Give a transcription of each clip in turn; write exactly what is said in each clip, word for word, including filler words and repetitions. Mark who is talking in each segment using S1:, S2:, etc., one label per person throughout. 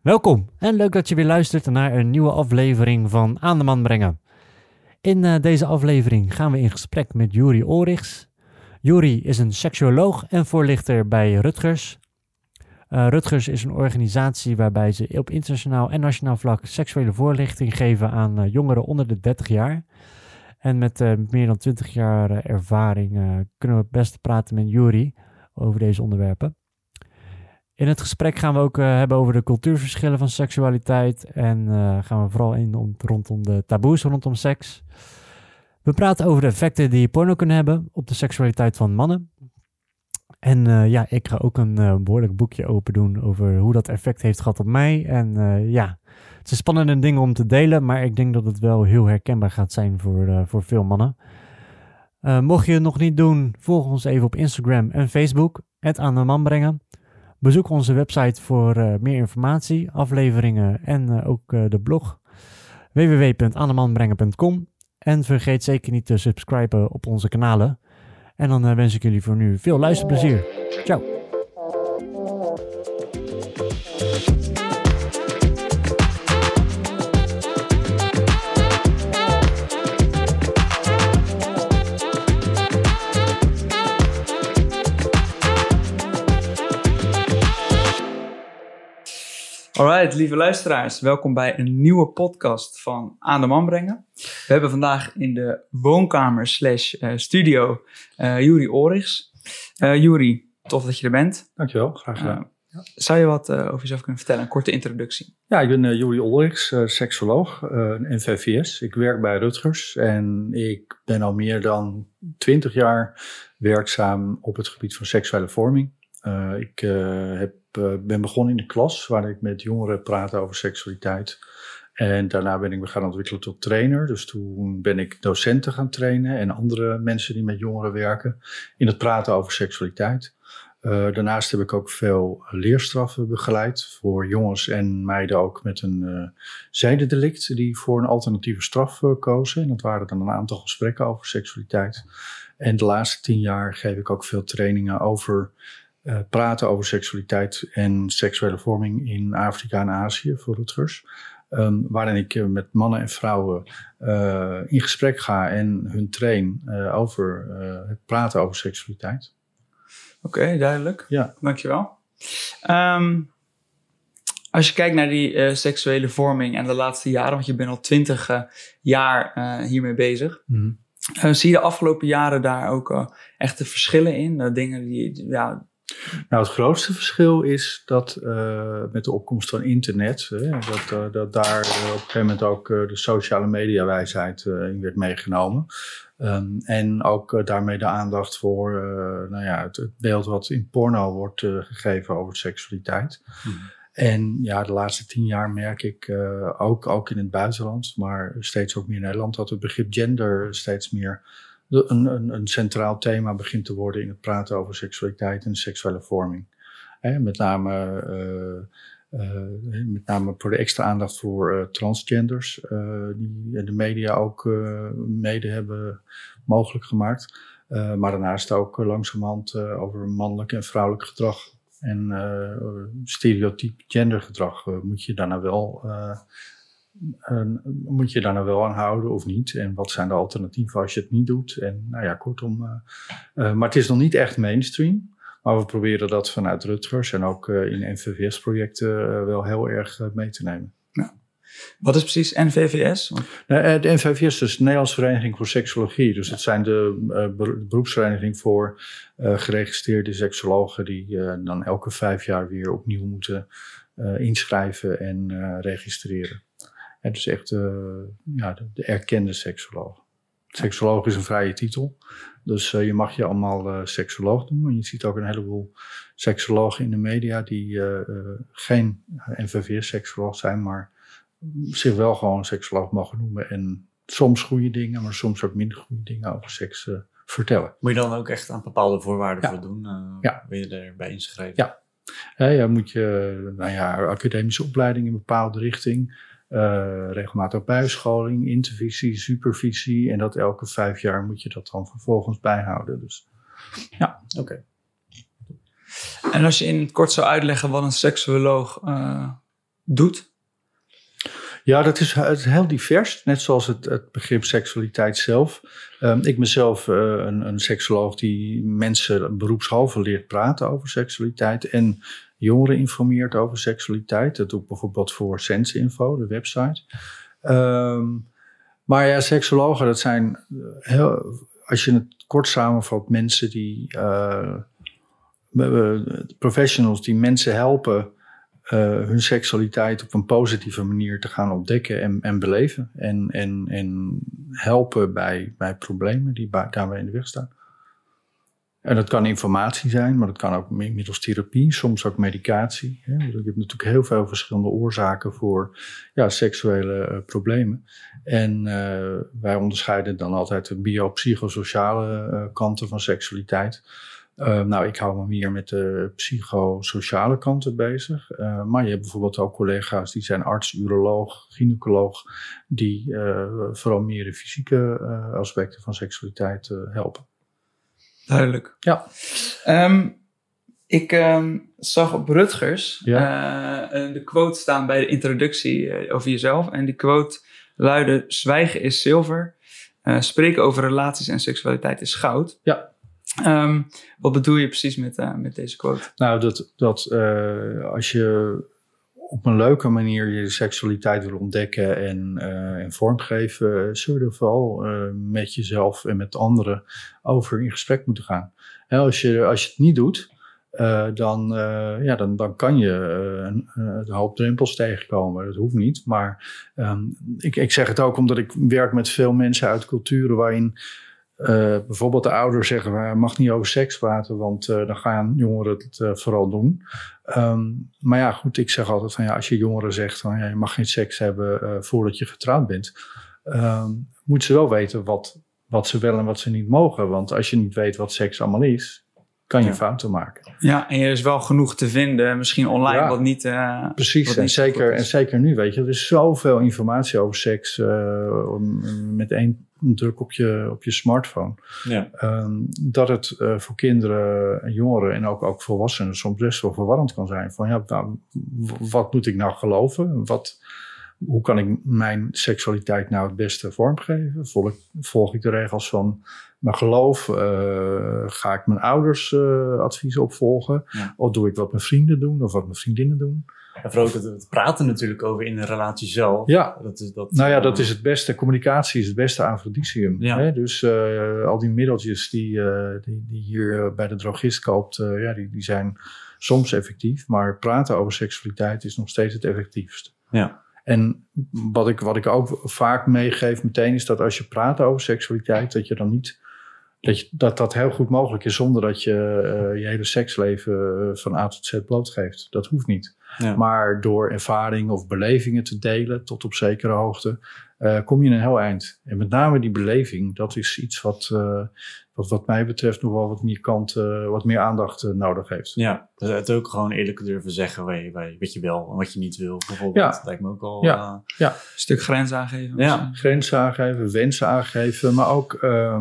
S1: Welkom en leuk dat je weer luistert naar een nieuwe aflevering van Aan de Man Brengen. In uh, deze aflevering gaan we in gesprek met Juri Olrichs. Juri is een seksuoloog en voorlichter bij Rutgers. Uh, Rutgers is een organisatie waarbij ze op internationaal en nationaal vlak seksuele voorlichting geven aan uh, jongeren onder de dertig jaar. En met uh, meer dan twintig jaar uh, ervaring uh, kunnen we het beste praten met Juri over deze onderwerpen. In het gesprek gaan we ook uh, hebben over de cultuurverschillen van seksualiteit en uh, gaan we vooral in om, rondom de taboes rondom seks. We praten over de effecten die porno kunnen hebben op de seksualiteit van mannen. En uh, ja, ik ga ook een uh, behoorlijk boekje open doen over hoe dat effect heeft gehad op mij. En uh, ja, het zijn spannende dingen om te delen, maar ik denk dat het wel heel herkenbaar gaat zijn voor, uh, voor veel mannen. Uh, mocht je het nog niet doen, volg ons even op Instagram en Facebook, het Aan de Man Brengen. Bezoek onze website voor uh, meer informatie, afleveringen en uh, ook uh, de blog w w w punt aan de man brengen punt com. En vergeet zeker niet te subscriben op onze kanalen. En dan uh, wens ik jullie voor nu veel luisterplezier. Ciao!
S2: Alright, lieve luisteraars, welkom bij een nieuwe podcast van Aan de Man Brengen. We hebben vandaag in de woonkamer slash uh, studio uh, Juri Olrichs. Uh, Juri, tof dat je er bent.
S3: Dankjewel, graag gedaan.
S2: Uh, ja. Zou je wat uh, over jezelf kunnen vertellen, een korte introductie?
S3: Ja, ik ben uh, Juri Olrichs, uh, seksoloog, uh, N V V S. Ik werk bij Rutgers en ik ben al meer dan twintig jaar werkzaam op het gebied van seksuele vorming. Uh, ik uh, heb Uh, ben begonnen in de klas, waar ik met jongeren praatte over seksualiteit. En daarna ben ik me gaan ontwikkelen tot trainer. Dus toen ben ik docenten gaan trainen en andere mensen die met jongeren werken in het praten over seksualiteit. Uh, daarnaast heb ik ook veel leerstraffen begeleid voor jongens en meiden ook met een uh, zedendelict die voor een alternatieve straf uh, kozen. En dat waren dan een aantal gesprekken over seksualiteit. En de laatste tien jaar geef ik ook veel trainingen over Uh, praten over seksualiteit en seksuele vorming in Afrika en Azië voor Rutgers. Um, waarin ik uh, met mannen en vrouwen uh, in gesprek ga en hun train uh, over uh, het praten over seksualiteit.
S2: Oké, okay, duidelijk.
S3: Ja.
S2: Dankjewel. Um, als je kijkt naar die uh, seksuele vorming en de laatste jaren, want je bent al twintig uh, jaar uh, hiermee bezig. Mm-hmm. Uh, zie je de afgelopen jaren daar ook uh, echte verschillen in? Uh, dingen die... ja,
S3: Nou, het grootste verschil is dat uh, met de opkomst van internet, hè, dat, uh, dat daar uh, op een gegeven moment ook uh, de sociale mediawijsheid uh, in werd meegenomen. Um, en ook uh, daarmee de aandacht voor uh, nou ja, het, het beeld wat in porno wordt uh, gegeven over seksualiteit. Hmm. En ja, de laatste tien jaar merk ik uh, ook, ook in het buitenland, maar steeds ook meer in Nederland, dat het begrip gender steeds meer Een, een, een centraal thema begint te worden in het praten over seksualiteit en seksuele vorming. He, met, name, uh, uh, met name voor de extra aandacht voor uh, transgenders, uh, die de media ook uh, mede hebben mogelijk gemaakt. Uh, maar daarnaast ook uh, langzamerhand uh, over mannelijk en vrouwelijk gedrag en uh, stereotyp gendergedrag uh, moet je daarna wel... Uh, Uh, moet je daar nou wel aan houden of niet? En wat zijn de alternatieven als je het niet doet? En nou ja, kortom. Uh, uh, maar het is nog niet echt mainstream. Maar we proberen dat vanuit Rutgers en ook uh, in N V V S-projecten uh, wel heel erg uh, mee te nemen.
S2: Ja. Wat is precies N V V S? Want...
S3: Uh, de N V V S is de Nederlandse Vereniging voor Seksologie. Dus ja. Het zijn de uh, beroepsvereniging voor uh, geregistreerde seksologen die uh, dan elke vijf jaar weer opnieuw moeten uh, inschrijven en uh, registreren. Het is echt uh, ja, de, de erkende seksoloog. Seksoloog is een vrije titel. Dus uh, je mag je allemaal uh, seksoloog noemen. En je ziet ook een heleboel seksologen in de media die uh, uh, geen N V V S-seksoloog zijn, maar zich wel gewoon seksoloog mogen noemen. En soms goede dingen, maar soms ook minder goede dingen over seks uh, vertellen.
S1: Moet je dan ook echt aan bepaalde voorwaarden
S3: ja.
S1: voldoen? Uh,
S3: ja.
S1: Wil je erbij inschrijven?
S3: Ja. Ja, ja, moet je nou ja, academische opleiding in een bepaalde richting. Uh, regelmatig bijscholing, intervisie, supervisie. En dat elke vijf jaar moet je dat dan vervolgens bijhouden. Dus ja,
S2: oké. Okay. En als je in het kort zou uitleggen wat een seksuoloog uh, doet?
S3: Ja, dat is, het is heel divers. Net zoals het, het begrip seksualiteit zelf. Um, ik ben zelf uh, een, een seksoloog die mensen beroepshalve leert praten over seksualiteit. En jongeren informeert over seksualiteit. Dat doe ik bijvoorbeeld voor Sensinfo, de website. Um, maar ja, seksologen, dat zijn heel, als je het kort samenvat, mensen die, uh, professionals die mensen helpen uh, hun seksualiteit op een positieve manier te gaan ontdekken en, en beleven. En, en, en helpen bij, bij problemen die bij, daarbij in de weg staan. En dat kan informatie zijn, maar dat kan ook middels therapie, soms ook medicatie. Hè. Je hebt natuurlijk heel veel verschillende oorzaken voor ja, seksuele uh, problemen. En uh, wij onderscheiden dan altijd de biopsychosociale uh, kanten van seksualiteit. Uh, nou, ik hou me meer met de psychosociale kanten bezig. Uh, maar je hebt bijvoorbeeld ook collega's die zijn arts, uroloog, gynaecoloog, die uh, vooral meer de fysieke uh, aspecten van seksualiteit uh, helpen.
S2: Duidelijk.
S3: Ja.
S2: Um, ik um, zag op Rutgers
S3: ja.
S2: uh, de quote staan bij de introductie uh, over jezelf. En die quote luidde: zwijgen is zilver, uh, spreken over relaties en seksualiteit is goud.
S3: Ja.
S2: Um, wat bedoel je precies met, uh, met deze quote?
S3: Nou, dat, dat uh, als je op een leuke manier je seksualiteit wil ontdekken en, uh, en vormgeven, zul je er vooral uh, met jezelf en met anderen over in gesprek moeten gaan. En als je, als je het niet doet, uh, dan, uh, ja, dan, dan kan je uh, een, uh, een hoop drempels tegenkomen. Dat hoeft niet, maar um, ik, ik zeg het ook omdat ik werk met veel mensen uit culturen waarin Uh, bijvoorbeeld de ouders zeggen, je mag niet over seks praten, want uh, dan gaan jongeren het uh, vooral doen. Um, maar ja, goed, ik zeg altijd van ja, als je jongeren zegt van ja, je mag geen seks hebben uh, voordat je getrouwd bent, um, moeten ze wel weten wat, wat ze wel en wat ze niet mogen. Want als je niet weet wat seks allemaal is, kan je ja. fouten maken.
S2: Ja, en er is wel genoeg te vinden, misschien online, ja. wat niet uh,
S3: Precies,
S2: wat
S3: en,
S2: niet
S3: zeker, en zeker nu, weet je, er is zoveel informatie over seks uh, met één druk op je, op je smartphone. Ja. Um, dat het uh, voor kinderen en jongeren en ook, ook volwassenen soms best wel verwarrend kan zijn. Van ja, nou, wat moet ik nou geloven? Wat, hoe kan ik mijn seksualiteit nou het beste vormgeven? Volg ik, volg ik de regels van mijn geloof? Uh, ga ik mijn ouders uh, adviezen opvolgen? Ja. Of doe ik wat mijn vrienden doen of wat mijn vriendinnen doen?
S1: En vooral ook het praten natuurlijk over in een relatie zelf.
S3: Ja,
S1: dat is, dat,
S3: nou ja, dat is het beste. Communicatie is het beste aphrodisium. Ja. Hè? Dus uh, al die middeltjes die, uh, die, die hier uh, bij de drogist koopt, uh, ja, die, die zijn soms effectief. Maar praten over seksualiteit is nog steeds het effectiefst. Ja. En wat ik, wat ik ook vaak meegeef meteen is dat als je praat over seksualiteit, dat je dan niet... Dat, je, dat dat heel goed mogelijk is zonder dat je uh, je hele seksleven uh, van A tot Z blootgeeft. Dat hoeft niet. Ja. Maar door ervaring of belevingen te delen tot op zekere hoogte, uh, kom je een heel eind. En met name die beleving, dat is iets wat, uh, wat, wat mij betreft nog wel wat meer kant, uh, wat meer aandacht uh, nodig heeft.
S1: Ja, dus het ook gewoon eerlijk durven zeggen wat je, wat je wil en wat je niet wil. Bijvoorbeeld,
S3: ja.
S1: Dat lijkt me ook al...
S3: Ja.
S1: Uh,
S2: ja. Een stuk grens aangeven.
S3: Ja. Grenzen aangeven, wensen aangeven, maar ook... Uh,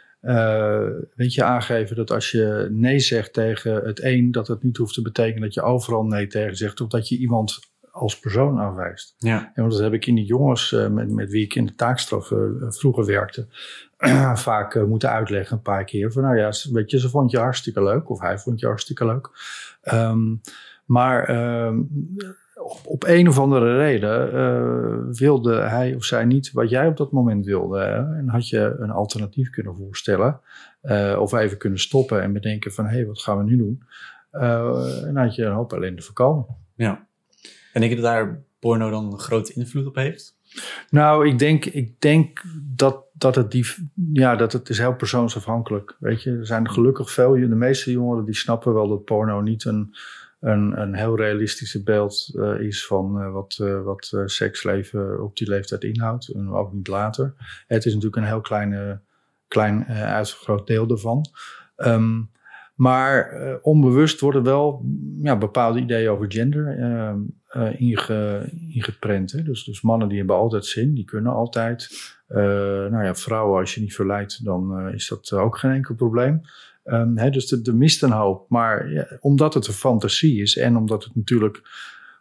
S3: Uh, weet je, aangeven dat als je nee zegt tegen het een, dat het niet hoeft te betekenen dat je overal nee tegen zegt, of dat je iemand als persoon aanwijst. Ja. En want dat heb ik in die jongens uh, met, met wie ik in de taakstraf uh, vroeger werkte, uh, vaak uh, moeten uitleggen een paar keer. Van nou ja, weet je, ze vond je hartstikke leuk, of hij vond je hartstikke leuk. Um, maar um, op, op een of andere reden uh, wilde hij of zij niet wat jij op dat moment wilde. Hè? En had je een alternatief kunnen voorstellen. Uh, of even kunnen stoppen en bedenken van, hé, hey, wat gaan we nu doen? Uh, en dan had je een hoop ellende voorkomen.
S1: Ja. En denk je dat daar porno dan een grote invloed op heeft?
S3: Nou, ik denk, ik denk dat, dat het die, ja, dat het is heel persoonsafhankelijk. Weet je, er zijn gelukkig veel, de meeste jongeren die snappen wel dat porno niet een, een, een heel realistische beeld uh, is van uh, wat, uh, wat uh, seksleven op die leeftijd inhoudt. En ook niet later. Het is natuurlijk een heel kleine, klein uh, uitvergroot deel daarvan. Um, Maar uh, onbewust worden wel ja, bepaalde ideeën over gender uh, uh, inge, ingeprent. Hè? Dus, dus mannen die hebben altijd zin, die kunnen altijd. Uh, nou ja, vrouwen, als je niet verleidt, dan uh, is dat ook geen enkel probleem. Um, hè, dus er mist een hoop. Maar ja, omdat het een fantasie is en omdat het natuurlijk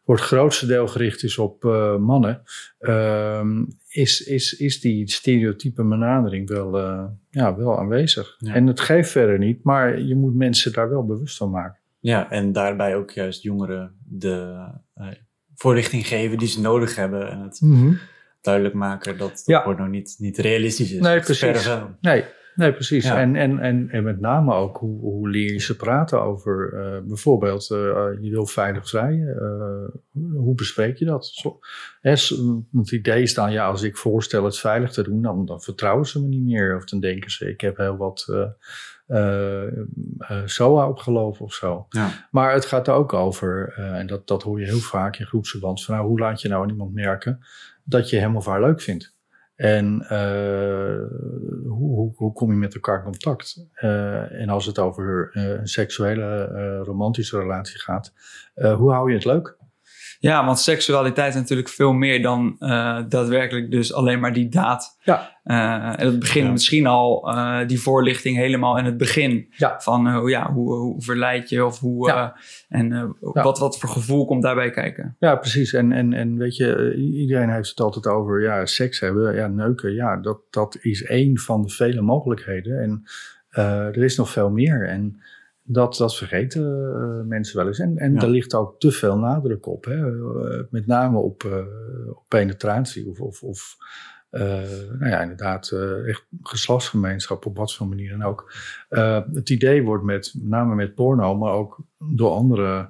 S3: voor het grootste deel gericht is op uh, mannen, uh, is, is, is die stereotype benadering wel, uh, ja, wel aanwezig. Ja. En het geeft verder niet, maar je moet mensen daar wel bewust van maken.
S4: Ja, en daarbij ook juist jongeren de uh, voorlichting geven die ze nodig hebben en het mm-hmm. duidelijk maken dat het ja. porno niet, niet realistisch is.
S3: Nee, precies. Nee. Nee, precies. Ja. En, en, en, en met name ook hoe, hoe leer je ze praten over uh, bijvoorbeeld uh, je wil veilig vrijen. Uh, hoe bespreek je dat? Zo, hè, het idee is dan, ja, als ik voorstel het veilig te doen, dan, dan vertrouwen ze me niet meer. Of dan denken ze, ik heb heel wat uh, uh, uh, S O A opgelopen of zo. Ja. Maar het gaat ook over, uh, en dat, dat hoor je heel vaak in groepsverband, van nou, hoe laat je nou aan iemand merken dat je hem of haar leuk vindt? En uh, hoe, hoe, hoe kom je met elkaar in contact? Uh, en als het over uh, een seksuele, uh, romantische relatie gaat, uh, hoe hou je het leuk?
S2: Ja, want seksualiteit is natuurlijk veel meer dan uh, daadwerkelijk dus alleen maar die daad. Ja. Uh, en het begint ja. misschien al uh, die voorlichting helemaal in het begin. Ja. Van uh, ja, hoe, hoe verleid je of hoe ja. uh, en uh, ja. wat, wat voor gevoel komt daarbij kijken.
S3: Ja, precies. En, en, en weet je, iedereen heeft het altijd over ja, seks hebben, ja, neuken. Ja, dat, dat is één van de vele mogelijkheden. En uh, er is nog veel meer. En Dat, dat vergeten uh, mensen wel eens. En, en ja. daar ligt ook te veel nadruk op. Hè? Uh, met name op, uh, op penetratie. Of, of, of uh, nou ja, inderdaad, uh, echt geslachtsgemeenschap op wat voor manier dan ook. Uh, het idee wordt met, met name met porno, maar ook door andere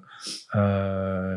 S3: uh,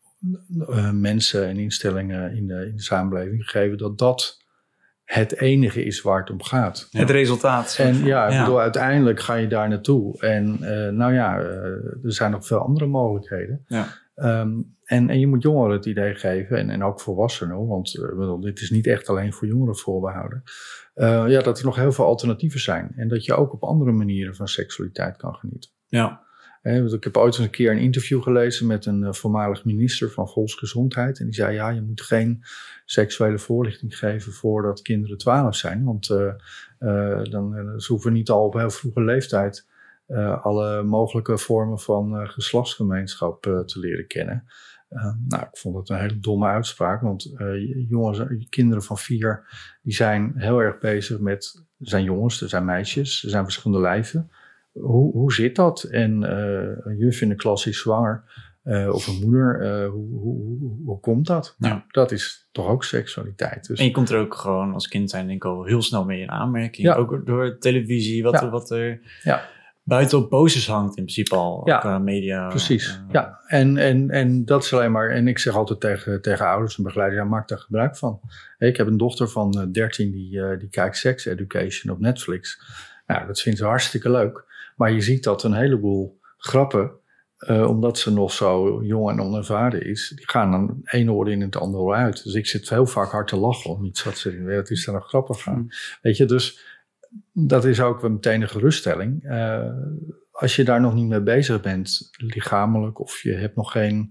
S3: uh, mensen en instellingen in de, in de samenleving gegeven dat dat het enige is waar het om gaat.
S2: Het resultaat.
S3: En ja, ik ja. bedoel, uiteindelijk ga je daar naartoe. En uh, nou ja, uh, er zijn nog veel andere mogelijkheden. Ja. Um, en, en je moet jongeren het idee geven, en, en ook volwassenen, want uh, bedoel, dit is niet echt alleen voor jongeren voorbehouden. Uh, ja, dat er nog heel veel alternatieven zijn. En dat je ook op andere manieren van seksualiteit kan genieten.
S4: Ja.
S3: He, ik heb ooit eens een keer een interview gelezen met een uh, voormalig minister van Volksgezondheid. En die zei, ja, je moet geen seksuele voorlichting geven voordat kinderen twaalf zijn. Want uh, uh, dan uh, ze hoeven niet al op heel vroege leeftijd uh, alle mogelijke vormen van uh, geslachtsgemeenschap uh, te leren kennen. Uh, nou, ik vond dat een hele domme uitspraak. Want uh, jongens, kinderen van vier, die zijn heel erg bezig met, er zijn jongens, er zijn meisjes, er zijn verschillende lijven. Hoe, hoe zit dat? En uh, een juf in de klas is zwanger, uh, of een moeder, uh, hoe, hoe, hoe, hoe komt dat? Ja. Nou, dat is toch ook seksualiteit. Dus.
S4: En je komt er ook gewoon als kind zijn denk ik al heel snel mee in aanmerking. Ja. Ook door televisie, wat, ja. er, wat er ja. buiten op posters hangt in principe al.
S3: Ja,
S4: ook, uh, media.
S3: Precies. Uh, ja, en, en, en dat is alleen maar, en ik zeg altijd tegen, tegen ouders en begeleiders, ja, maak daar gebruik van. Ik heb een dochter van uh, dertien die, uh, die kijkt Sex Education op Netflix. Nou, dat vindt ze hartstikke leuk. Maar je ziet dat een heleboel grappen, uh, omdat ze nog zo jong en onervaren is, die gaan dan één oor in en het andere oor uit. Dus ik zit heel vaak hard te lachen om iets wat ze in de wereld is, dan nog grappig gaan. Mm. Weet je, dus dat is ook wel meteen een geruststelling. Uh, als je daar nog niet mee bezig bent, lichamelijk, of je hebt nog geen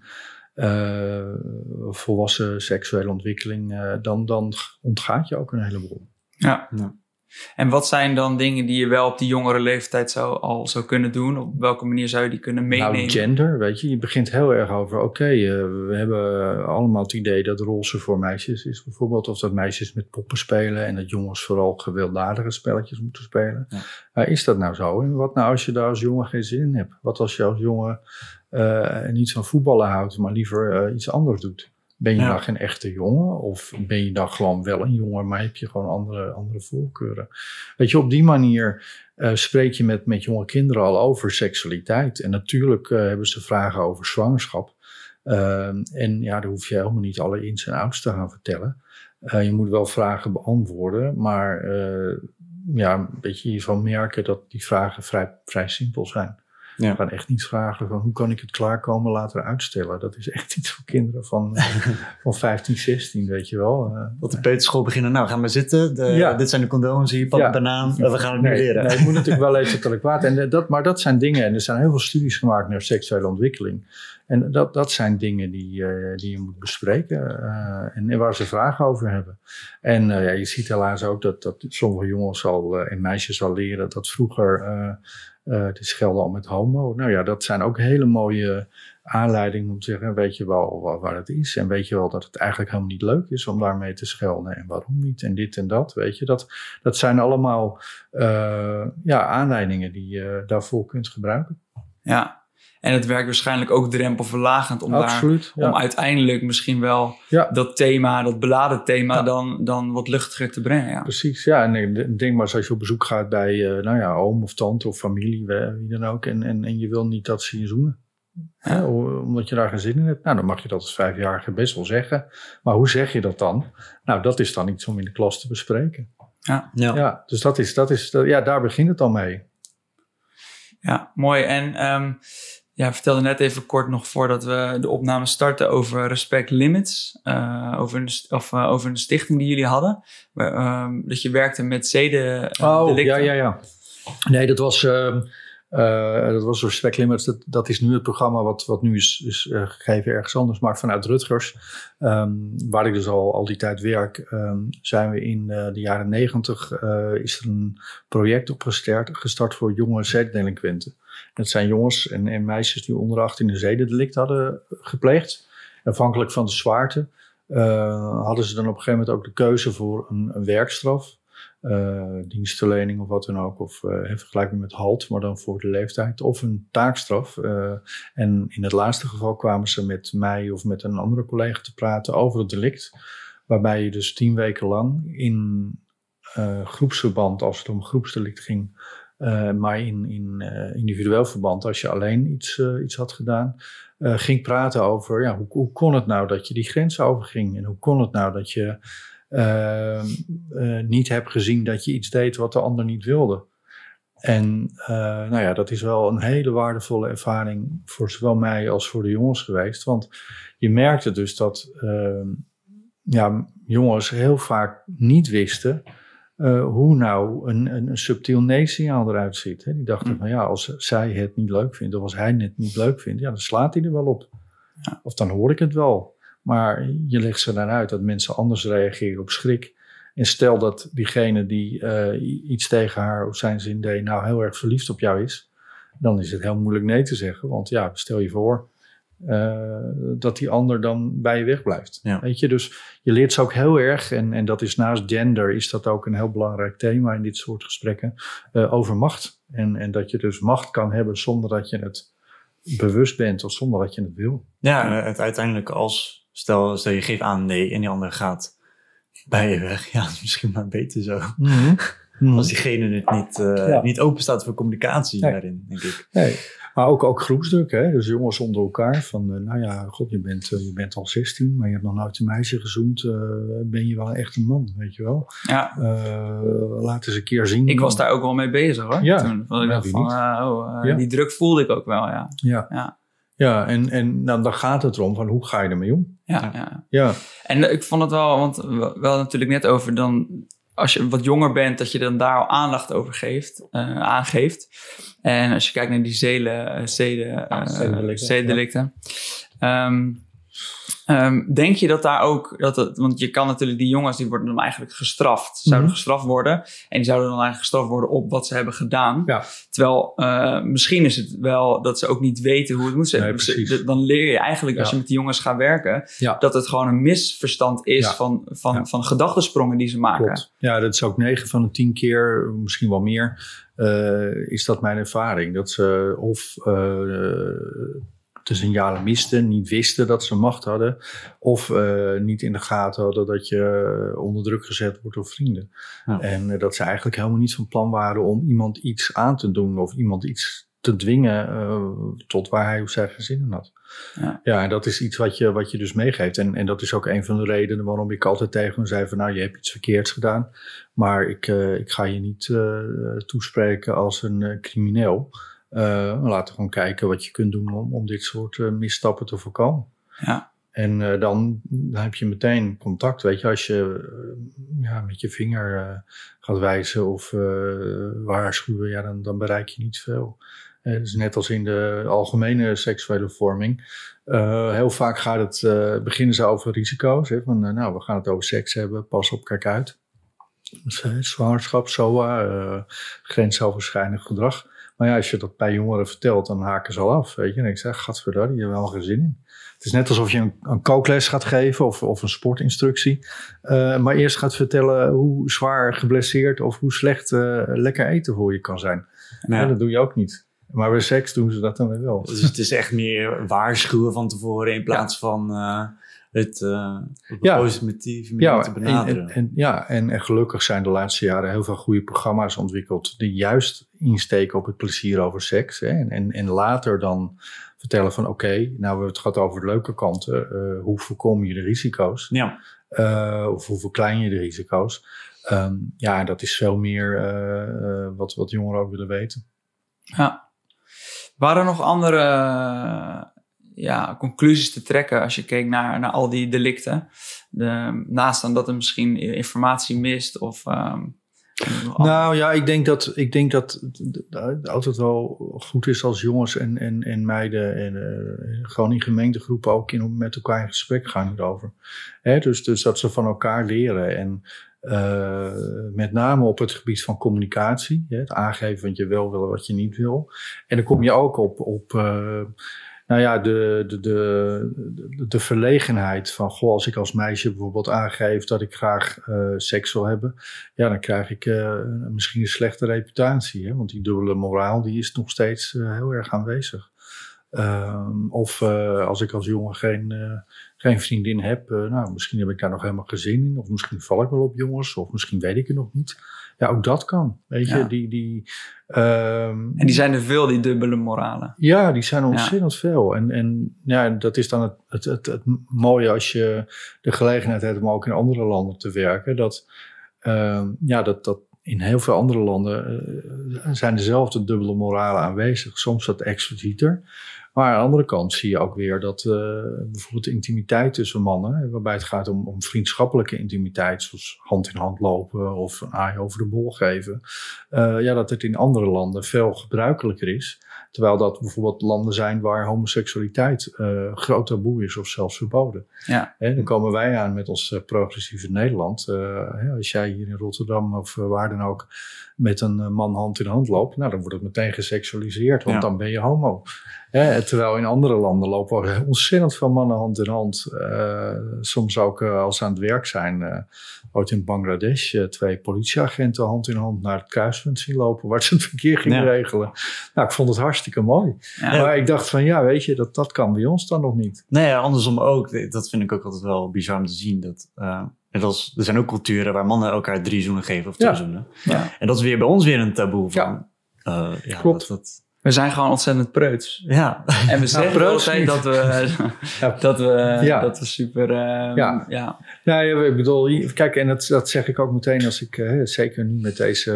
S3: uh, volwassen seksuele ontwikkeling, uh, dan, dan ontgaat je ook een heleboel.
S2: Ja, ja. En wat zijn dan dingen die je wel op die jongere leeftijd zou, al zou kunnen doen? Op welke manier zou je die kunnen meenemen?
S3: Nou, gender, weet je. Je begint heel erg over, oké, okay, uh, we hebben allemaal het idee dat roze voor meisjes is bijvoorbeeld. Of dat meisjes met poppen spelen en dat jongens vooral gewelddadige spelletjes moeten spelen. Ja. Uh, is dat nou zo? En wat nou als je daar als jongen geen zin in hebt? Wat als je als jongen uh, niet van voetballen houdt, maar liever uh, iets anders doet? Ben je ja. dan geen echte jongen? Of ben je dan gewoon wel een jongen, maar heb je gewoon andere, andere voorkeuren? Weet je, op die manier uh, spreek je met, met jonge kinderen al over seksualiteit. En natuurlijk uh, hebben ze vragen over zwangerschap. Uh, en ja, daar hoef je helemaal niet alle ins en outs te gaan vertellen. Uh, je moet wel vragen beantwoorden, maar uh, ja, een beetje je zal merken dat die vragen vrij, vrij simpel zijn. Ja. We gaan echt niet vragen van hoe kan ik het klaarkomen later uitstellen. Dat is echt iets voor kinderen van, van vijftien, zestien, weet je wel. Uh,
S4: Wat de peuterschool beginnen. Nou, gaan we zitten. De, ja. Dit zijn de condooms hier, pak ja. banaan. We gaan het nu
S3: nee,
S4: leren.
S3: Nee, het moet natuurlijk wel even adequaat. En dat, maar dat zijn dingen. En er zijn heel veel studies gemaakt naar seksuele ontwikkeling. En dat, dat zijn dingen die, uh, die je moet bespreken. Uh, en, en waar ze vragen over hebben. En uh, ja, je ziet helaas ook dat, dat sommige jongens al, uh, en meisjes al leren dat vroeger... Uh, Uh, die schelden al met homo. Nou ja, dat zijn ook hele mooie aanleidingen om te zeggen, weet je wel waar, waar het is. En weet je wel dat het eigenlijk helemaal niet leuk is om daarmee te schelden. En waarom niet? En dit en dat, weet je. Dat, dat zijn allemaal uh, ja, aanleidingen die je daarvoor kunt gebruiken.
S2: Ja. En het werkt waarschijnlijk ook drempelverlagend om,
S3: Absoluut,
S2: daar,
S3: ja.
S2: om uiteindelijk misschien wel
S3: ja.
S2: dat thema, dat beladen thema,
S3: ja.
S2: dan, dan wat luchtiger te brengen. Ja.
S3: Precies, ja. En denk maar eens als je op bezoek gaat bij uh, nou ja, oom of tante of familie, wie dan ook. En, en, en je wil niet dat ze je zoenen. Ja. Ja, omdat je daar geen zin in hebt. Nou, dan mag je dat als vijfjarige best wel zeggen. Maar hoe zeg je dat dan? Nou, dat is dan iets om in de klas te bespreken.
S2: Ja,
S3: ja. ja dus dat is, dat is, ja, daar begint het al mee.
S2: Ja, mooi. En um, ja, vertelde net even kort nog voordat we de opname starten over Respect Limits. Uh, over, een, of, uh, over een stichting die jullie hadden. Waar, um, dat je werkte met zedendelicten.
S3: Uh, oh, ja, ja, ja. Nee, dat was... Uh, Uh, dat was Respect Limits. Dat, dat is nu het programma wat, wat nu is, is uh, gegeven ergens anders. Maar vanuit Rutgers, um, waar ik dus al, al die tijd werk, um, zijn we in uh, de jaren negentig uh, is er een project opgestart gestart voor jonge zedendelinquenten. Dat zijn jongens en, en meisjes die onder de achttien een zedendelict hadden gepleegd. Afhankelijk van de zwaarte uh, hadden ze dan op een gegeven moment ook de keuze voor een, een werkstraf. Uh, dienstverlening of wat dan ook, of uh, in vergelijking met halt, maar dan voor de leeftijd, of een taakstraf. Uh, en in het laatste geval kwamen ze met mij of met een andere collega te praten over het delict, waarbij je dus tien weken lang in uh, groepsverband, als het om groepsdelict ging, uh, maar in, in uh, individueel verband, als je alleen iets, uh, iets had gedaan, uh, ging praten over, ja, hoe, hoe kon het nou dat je die grens overging en hoe kon het nou dat je Uh, uh, niet heb gezien dat je iets deed wat de ander niet wilde. En uh, nou ja, dat is wel een hele waardevolle ervaring voor zowel mij als voor de jongens geweest. Want je merkte dus dat uh, ja, jongens heel vaak niet wisten uh, hoe nou een, een, een subtiel nee-signaal eruit ziet. Hè. Die dachten mm. van ja, als zij het niet leuk vindt of als hij het niet leuk vindt, ja, dan slaat hij er wel op. Ja. Of dan hoor ik het wel. Maar je legt ze dan uit dat mensen anders reageren op schrik. En stel dat diegene die uh, iets tegen haar of zijn zin deed nou heel erg verliefd op jou is. Dan is het heel moeilijk nee te zeggen. Want ja, stel je voor uh, dat die ander dan bij je wegblijft. Ja. Weet je, dus je leert ze ook heel erg. En, en dat is naast gender is dat ook een heel belangrijk thema in dit soort gesprekken. Uh, over macht. En, en dat je dus macht kan hebben zonder dat je het bewust bent of zonder dat je het wil.
S4: Ja, het uiteindelijk als... Stel, stel je geeft aan nee en die ander gaat bij je weg. Ja, misschien maar beter zo.
S3: Mm-hmm. Mm-hmm.
S4: Als diegene het niet, uh, ja. niet open staat voor communicatie nee. daarin, denk ik.
S3: Nee, maar ook, ook groepsdruk. Hè? Dus jongens onder elkaar. Van, uh, nou ja, god, je bent, uh, je bent al zestien, maar je hebt nog nooit een meisje gezoend. Uh, ben je wel echt een man, weet je wel.
S2: Ja.
S3: Uh, laat eens een keer zien.
S2: Ik was daar ook wel mee bezig, hoor.
S3: Ja.
S2: Toen, van, ik dacht van, uh, oh, uh,
S3: ja.
S2: die druk voelde ik ook wel, ja.
S3: Ja.
S2: Ja.
S3: Ja, en, en nou, dan gaat het erom van hoe ga je ermee om?
S2: Ja, ja.
S3: ja.
S2: En uh, ik vond het wel, want we hadden natuurlijk net over dan, als je wat jonger bent, dat je dan daar al aandacht over geeft, uh, aangeeft. En als je kijkt naar die zelen, uh, zeden, uh, zedendelicten, zedendelicten ja. um, um, denk je dat daar ook, dat het, want je kan natuurlijk die jongens, die worden dan eigenlijk gestraft, zouden mm-hmm. gestraft worden. En die zouden dan eigenlijk gestraft worden op wat ze hebben gedaan.
S3: Ja.
S2: Terwijl uh, misschien is het wel dat ze ook niet weten hoe het moet zijn.
S3: Nee,
S2: dus, dan leer je eigenlijk, als ja. je met die jongens gaat werken, ja. dat het gewoon een misverstand is ja. van, van, ja. van gedachtensprongen die ze maken.
S3: Klopt. Ja, dat is ook negen van de tien keer, misschien wel meer, uh, is dat mijn ervaring. Dat ze of Uh, de signalen misten, niet wisten dat ze macht hadden, of uh, niet in de gaten hadden dat je onder druk gezet wordt door vrienden. Ja. En uh, dat ze eigenlijk helemaal niet van plan waren om iemand iets aan te doen of iemand iets te dwingen uh, tot waar hij of zij geen zin in had. Ja, ja en dat is iets wat je, wat je dus meegeeft. En, en dat is ook een van de redenen waarom ik altijd tegen hem zei van nou, je hebt iets verkeerds gedaan, maar ik, uh, ik ga je niet uh, toespreken als een uh, crimineel. Uh, laten we gewoon kijken wat je kunt doen om, om dit soort uh, misstappen te voorkomen.
S2: Ja.
S3: En uh, dan, dan heb je meteen contact. Weet je, als je uh, ja, met je vinger uh, gaat wijzen of uh, waarschuwen, ja, dan, dan bereik je niet veel. Uh, dus net als in de algemene seksuele vorming. Uh, heel vaak gaat het, uh, beginnen ze over risico's. Hè, van, uh, nou, we gaan het over seks hebben, pas op, kijk uit. Dus, uh, zwangerschap, S O A, uh, grensoverschrijdend gedrag. Maar ja, als je dat bij jongeren vertelt, dan haken ze al af. Weet je? En ik zeg, gadverdamme, je hebt wel geen zin in. Het is net alsof je een, een kookles gaat geven of, of een sportinstructie. Uh, maar eerst gaat vertellen hoe zwaar geblesseerd of hoe slecht uh, lekker eten voor je kan zijn. Ja. Ja, dat doe je ook niet. Maar bij seks doen ze dat dan weer wel.
S4: Dus het is echt meer waarschuwen van tevoren in plaats ja. van uh, het uh, op
S3: ja.
S4: een positieve manier ja, te benaderen.
S3: En, en, ja, en, en gelukkig zijn de laatste jaren heel veel goede programma's ontwikkeld die juist insteken op het plezier over seks. Hè? En, en, en later dan vertellen van oké, okay, nou we hebben het gehad over de leuke kanten. Uh, hoe voorkom je de risico's?
S4: Ja.
S3: Uh, of hoe verklein je de risico's? Um, ja, dat is veel meer uh, uh, wat, wat jongeren ook willen weten.
S2: Ja. Waren er nog andere uh, ja, conclusies te trekken als je keek naar, naar al die delicten? De, naast dan dat er misschien informatie mist of... Um,
S3: nou ja, ik denk dat, ik denk dat het altijd wel goed is als jongens en, en, en meiden en, uh, gewoon in gemeentegroepen ook in, met elkaar in gesprek gaan hierover. Hè, dus, dus dat ze van elkaar leren en uh, met name op het gebied van communicatie. Hè, het aangeven wat je wel wil en wat je niet wil. En dan kom je ook op... op uh, Nou ja, de, de, de, de verlegenheid van, goh, als ik als meisje bijvoorbeeld aangeef dat ik graag uh, seks wil hebben, ja, dan krijg ik uh, misschien een slechte reputatie, hè? Want die dubbele moraal, die is nog steeds uh, heel erg aanwezig. Uh, of uh, als ik als jongen geen, uh, geen vriendin heb, uh, nou, misschien heb ik daar nog helemaal geen zin in, of misschien val ik wel op jongens, of misschien weet ik het nog niet. Ja, ook dat kan, weet je.
S2: Ja.
S3: Die, die, um,
S2: en die zijn er veel, die dubbele moralen.
S3: Ja, die zijn ontzettend ja. veel. En, en ja, dat is dan het, het, het, het mooie als je de gelegenheid hebt om ook in andere landen te werken. Dat, um, ja, dat, dat in heel veel andere landen uh, zijn dezelfde dubbele moralen aanwezig. Soms wat explicieter. Maar aan de andere kant zie je ook weer dat uh, bijvoorbeeld de intimiteit tussen mannen, waarbij het gaat om, om vriendschappelijke intimiteit, zoals hand in hand lopen of een aai over de bol geven, uh, ja, dat het in andere landen veel gebruikelijker is. Terwijl dat bijvoorbeeld landen zijn waar homoseksualiteit uh, groot taboe is of zelfs verboden.
S2: Ja.
S3: Hè, dan komen wij aan met ons uh, progressieve Nederland. Uh, hè, als jij hier in Rotterdam of uh, waar dan ook met een uh, man hand in hand loopt, nou, dan wordt het meteen geseksualiseerd, want ja. dan ben je homo. Hè, terwijl in andere landen lopen ontzettend veel mannen hand in hand. Uh, soms ook uh, als ze aan het werk zijn. Uh, ooit in Bangladesh uh, twee politieagenten hand in hand naar het kruispunt zien lopen, waar ze het verkeer gingen ja. regelen. Nou, ik vond het hartstikke mooi. Ja. Maar ik dacht van, ja, weet je, dat, dat kan bij ons dan nog niet.
S4: Nee, andersom ook. Dat vind ik ook altijd wel bizar om te zien. Dat, uh, net als, er zijn ook culturen waar mannen elkaar drie zoenen geven of twee ja. zoenen. Ja. En dat is weer bij ons weer een taboe van.
S3: Ja,
S4: uh, ja
S3: klopt.
S4: Dat, dat,
S2: we zijn gewoon ontzettend preuts.
S4: Ja.
S2: En we zeggen nou, altijd dat we, ja. dat, we, ja. dat we super... Uh,
S3: ja.
S2: Ja.
S3: Ja, ja, ik bedoel, kijk, en dat, dat zeg ik ook meteen als ik, uh, zeker nu met deze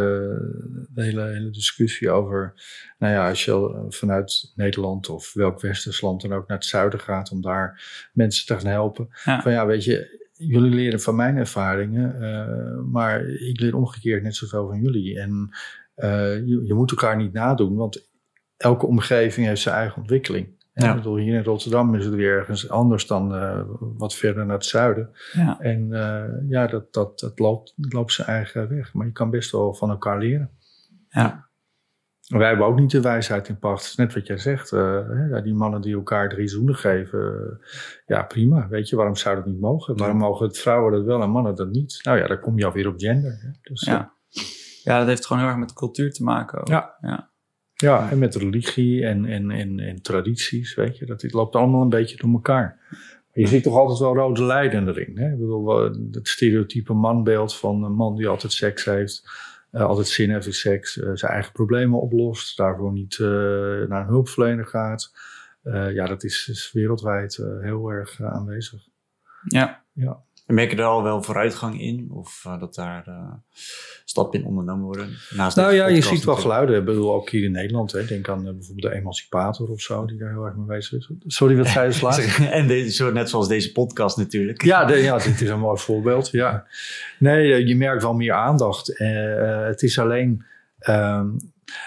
S3: uh, hele, hele discussie over, nou ja, als je vanuit Nederland of welk westers land dan ook naar het zuiden gaat om daar mensen te gaan helpen. Ja. Van ja, weet je, jullie leren van mijn ervaringen, uh, maar ik leer omgekeerd net zoveel van jullie. En uh, je, je moet elkaar niet nadoen, want elke omgeving heeft zijn eigen ontwikkeling. Ja. Ik bedoel, hier in Rotterdam is het weer ergens anders dan uh, wat verder naar het zuiden. Ja. En uh, ja, dat, dat, dat, loopt, dat loopt zijn eigen weg. Maar je kan best wel van elkaar leren.
S2: Ja.
S3: Wij hebben ook niet de wijsheid in pacht. Net wat jij zegt. Uh, hè, die mannen die elkaar drie zoenen geven. Uh, ja, prima. Weet je, waarom zou dat niet mogen? Waarom mogen het vrouwen dat wel en mannen dat niet? Nou ja, dan kom je alweer op gender. Hè. Dus,
S2: ja. ja, dat heeft gewoon heel erg met cultuur te maken ook.
S3: Ja.
S2: Ja.
S3: Ja, en met religie en, en, en, en tradities, weet je. Dat, het loopt allemaal een beetje door elkaar. Maar je ziet toch altijd wel rode lijnen erin. Hè? Ik bedoel, het stereotype manbeeld van een man die altijd seks heeft. Uh, altijd zin heeft in seks. Uh, zijn eigen problemen oplost. Daarvoor niet uh, naar een hulpverlener gaat. Uh, ja, dat is, is wereldwijd uh, heel erg uh, aanwezig.
S2: Ja.
S3: Ja.
S4: En merk je er al wel vooruitgang in? Of uh, dat daar uh, stappen in ondernomen worden? Naast
S3: nou ja, je ziet wel geluiden. Ik bedoel, ook hier in Nederland. Hè. Denk aan uh, bijvoorbeeld de Emancipator of zo, die daar heel erg mee bezig is. Sorry, wat zei je dus laatst?
S4: En deze, net zoals deze podcast natuurlijk.
S3: Ja, de, ja, dit is een mooi voorbeeld. Ja. Nee, je merkt wel meer aandacht. Uh, uh, het is alleen... Um,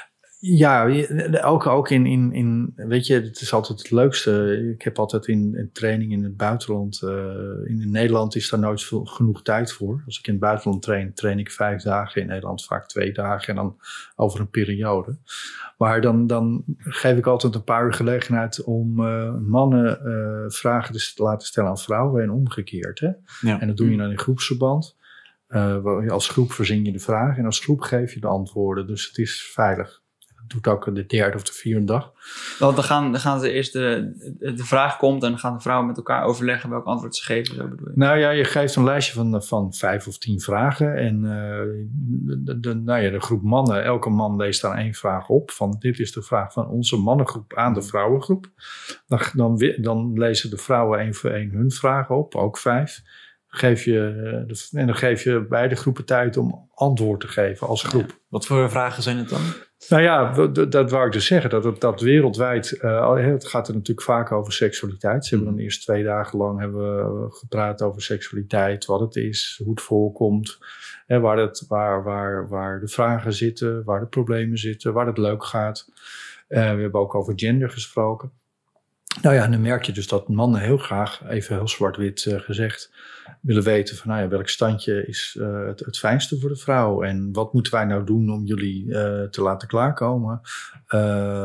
S3: Ja, ook, ook in, in, in, weet je, het is altijd het leukste. Ik heb altijd in, in training in het buitenland, uh, in, in Nederland is daar nooit veel, genoeg tijd voor. Als ik in het buitenland train, train ik vijf dagen, in Nederland vaak twee dagen en dan over een periode. Maar dan, dan geef ik altijd een paar uur gelegenheid om uh, mannen uh, vragen te laten stellen aan vrouwen en omgekeerd. Hè? Ja. En dat doe je dan in groepsverband. Uh, als groep verzin je de vragen en als groep geef je de antwoorden. Dus het is veilig. Doet ook de derde of de vierde dag.
S2: Want dan gaan, dan gaan ze eerst de, de vraag komt en dan gaan de vrouwen met elkaar overleggen welk antwoord ze geven. Zo bedoel je.
S3: Nou ja, je geeft een lijstje van, van vijf of tien vragen. En uh, de, de, nou ja, de groep mannen, elke man leest daar één vraag op. Van dit is de vraag van onze mannengroep aan de vrouwengroep. Dan, dan, dan lezen de vrouwen één voor één hun vragen op, ook vijf. Geef je, en dan geef je beide groepen tijd om antwoord te geven als groep. Ja.
S4: Wat voor vragen zijn het dan?
S3: Nou ja, dat, dat wou ik dus zeggen. Dat, dat, dat wereldwijd, uh, het gaat er natuurlijk vaak over seksualiteit. Ze hebben dan eerst twee dagen lang hebben we gepraat over seksualiteit. Wat het is, hoe het voorkomt. Hè, waar, het, waar, waar, waar de vragen zitten, waar de problemen zitten, waar het leuk gaat. Uh, we hebben ook over gender gesproken. Nou ja, en dan merk je dus dat mannen heel graag, even heel zwart-wit uh, gezegd, willen weten van nou ja, welk standje is uh, het, het fijnste voor de vrouw en wat moeten wij nou doen om jullie uh, te laten klaarkomen? Uh,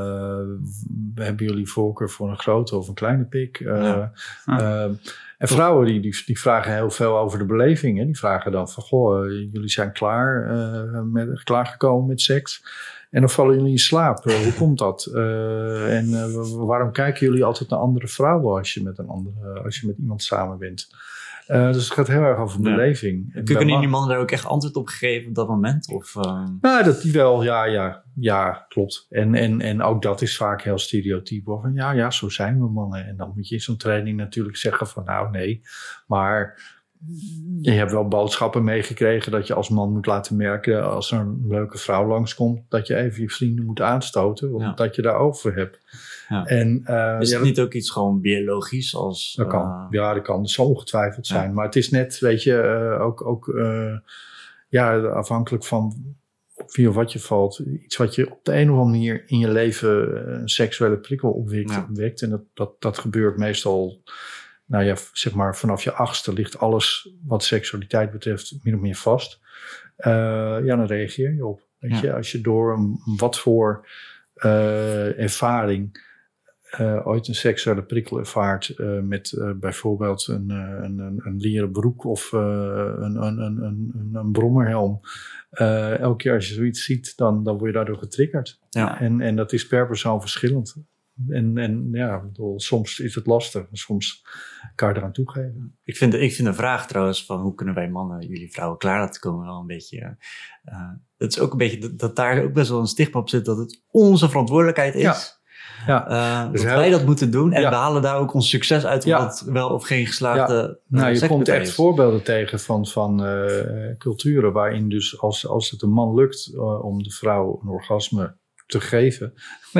S3: hebben jullie voorkeur voor een grote of een kleine pik? Uh, ja. uh, en vrouwen die, die, die vragen heel veel over de beleving. Hè? Die vragen dan van goh, uh, jullie zijn klaar, uh, met, klaargekomen met seks. En dan vallen jullie in slaap. Uh, hoe komt dat? Uh, en uh, waarom kijken jullie altijd naar andere vrouwen als je met, een andere, als je met iemand samen bent? Uh, dus het gaat heel erg over beleving.
S4: Ja. Kunnen die mannen daar ook echt antwoord op geven op dat moment? Of, uh...
S3: Nou, dat die wel, ja, ja, ja, klopt. En, en, en ook dat is vaak heel stereotyp. Van ja, ja, zo zijn we mannen. En dan moet je in zo'n training natuurlijk zeggen van nou, nee. Maar je hebt wel boodschappen meegekregen dat je als man moet laten merken als er een leuke vrouw langskomt, dat je even je vrienden moet aanstoten, omdat ja. je daar over hebt.
S4: Ja.
S3: En, uh,
S4: is het
S3: ja,
S4: niet
S3: dat,
S4: ook iets gewoon biologisch? Als,
S3: dat kan. Uh, ja, dat kan. Dat zal ongetwijfeld ja. zijn. Maar het is net, weet je, uh, ook, ook uh, ja, afhankelijk van op wie of wat je valt. Iets wat je op de een of andere manier in je leven een seksuele prikkel opwekt. Ja. opwekt. En dat, dat, dat gebeurt meestal, nou ja, zeg maar vanaf je achtste ligt alles wat seksualiteit betreft min of meer vast. Uh, ja, dan reageer je op. Weet ja. je, als je door een, wat voor uh, ervaring uh, ooit een seksuele prikkel ervaart uh, met uh, bijvoorbeeld een, een, een, een leren broek of uh, een, een, een, een, een brommerhelm. Uh, elke keer als je zoiets ziet, dan, dan word je daardoor getriggerd. Ja. En, en dat is per persoon verschillend. En, en ja, bedoel, soms is het lastig. Soms kan je eraan toegeven.
S4: Ik vind, ik vind de vraag trouwens van hoe kunnen wij mannen jullie vrouwen klaar laten komen wel een beetje... Uh, het is ook een beetje dat, dat daar ook best wel een stigma op zit dat het onze verantwoordelijkheid is. Ja.
S3: Ja.
S4: Uh, dus dat heel, wij dat moeten doen en ja. we halen daar ook ons succes uit
S3: ja.
S4: omdat het wel of geen geslaagde
S3: ja. Nou,
S4: uh,
S3: je komt echt
S4: is.
S3: voorbeelden tegen van, van uh, culturen waarin dus als, als het een man lukt uh, om de vrouw een orgasme te geven,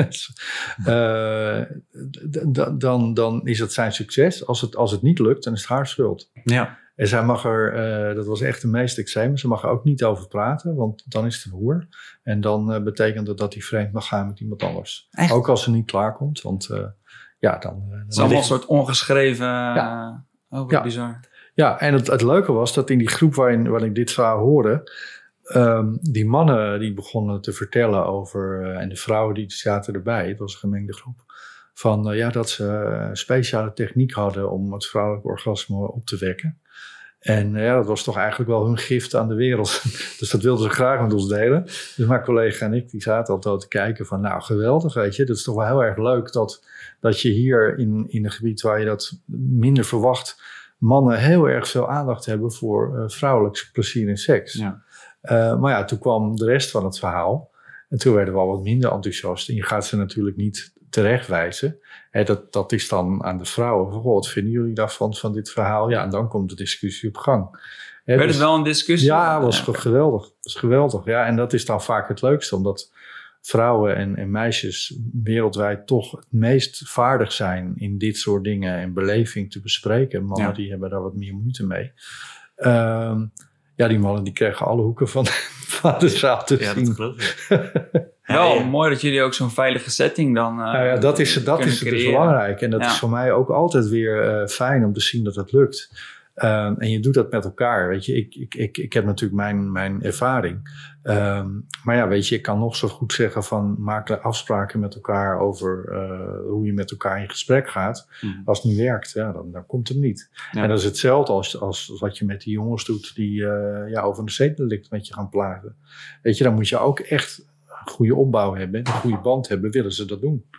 S3: uh, d- d- dan, dan is het zijn succes. Als het, als het niet lukt, dan is het haar schuld.
S4: Ja.
S3: En zij mag er, uh, dat was echt de meest extreme, ze mag er ook niet over praten, want dan is het een hoer. En dan uh, betekent het dat hij vreemd mag gaan met iemand anders. Echt? Ook als ze niet klaarkomt, want uh, ja, dan... Uh,
S2: het is allemaal een soort ongeschreven... Ja. Uh, oh, wat
S3: ja.
S2: bizar.
S3: Ja, en het, het leuke was dat in die groep waarin, waarin ik dit verhaal hoorde, Um, die mannen die begonnen te vertellen over, uh, en de vrouwen die zaten erbij, het was een gemengde groep, van uh, ja, dat ze een speciale techniek hadden om het vrouwelijk orgasme op te wekken. En uh, ja, dat was toch eigenlijk wel hun gift aan de wereld. Dus dat wilden ze graag met ons delen. Dus mijn collega en ik, die zaten altijd te kijken van nou, geweldig, weet je. Dat is toch wel heel erg leuk dat, dat je hier in, in een gebied waar je dat minder verwacht, mannen heel erg veel aandacht hebben voor uh, vrouwelijk plezier en seks. Ja. Uh, maar ja, toen kwam de rest van het verhaal. En toen werden we al wat minder enthousiast. En je gaat ze natuurlijk niet terechtwijzen. Hè, dat, dat is dan aan de vrouwen. Van, wat vinden jullie daarvan, van dit verhaal? Ja, en dan komt de discussie op gang.
S2: Hè, Werd dus, het wel een discussie?
S3: Ja, dat was ja. geweldig. Dat was geweldig. Ja, en dat is dan vaak het leukste. Omdat vrouwen en, en meisjes wereldwijd toch het meest vaardig zijn in dit soort dingen. En beleving te bespreken. Mannen ja. die hebben daar wat meer moeite mee. Um, Ja, die mannen die kregen alle hoeken van, van de zaal te
S4: ja,
S3: zien.
S4: Dat geloof ik.
S2: Wel
S4: ja.
S2: mooi dat jullie ook zo'n veilige setting dan uh,
S3: nou ja, dat is, dat is dus belangrijk. En dat ja. is voor mij ook altijd weer uh, fijn om te zien dat het lukt. Um, en je doet dat met elkaar, weet je. Ik, ik, ik, ik heb natuurlijk mijn, mijn ervaring. Um, maar ja, weet je, ik kan nog zo goed zeggen van... maak afspraken met elkaar over uh, hoe je met elkaar in gesprek gaat. Mm. Als het niet werkt, ja, dan, dan komt het niet. Ja. En dat is hetzelfde als, als, als wat je met die jongens doet... die uh, ja, over een zedendelict met je gaan plagen. Weet je, dan moet je ook echt een goede opbouw hebben... een goede band hebben, willen ze dat doen.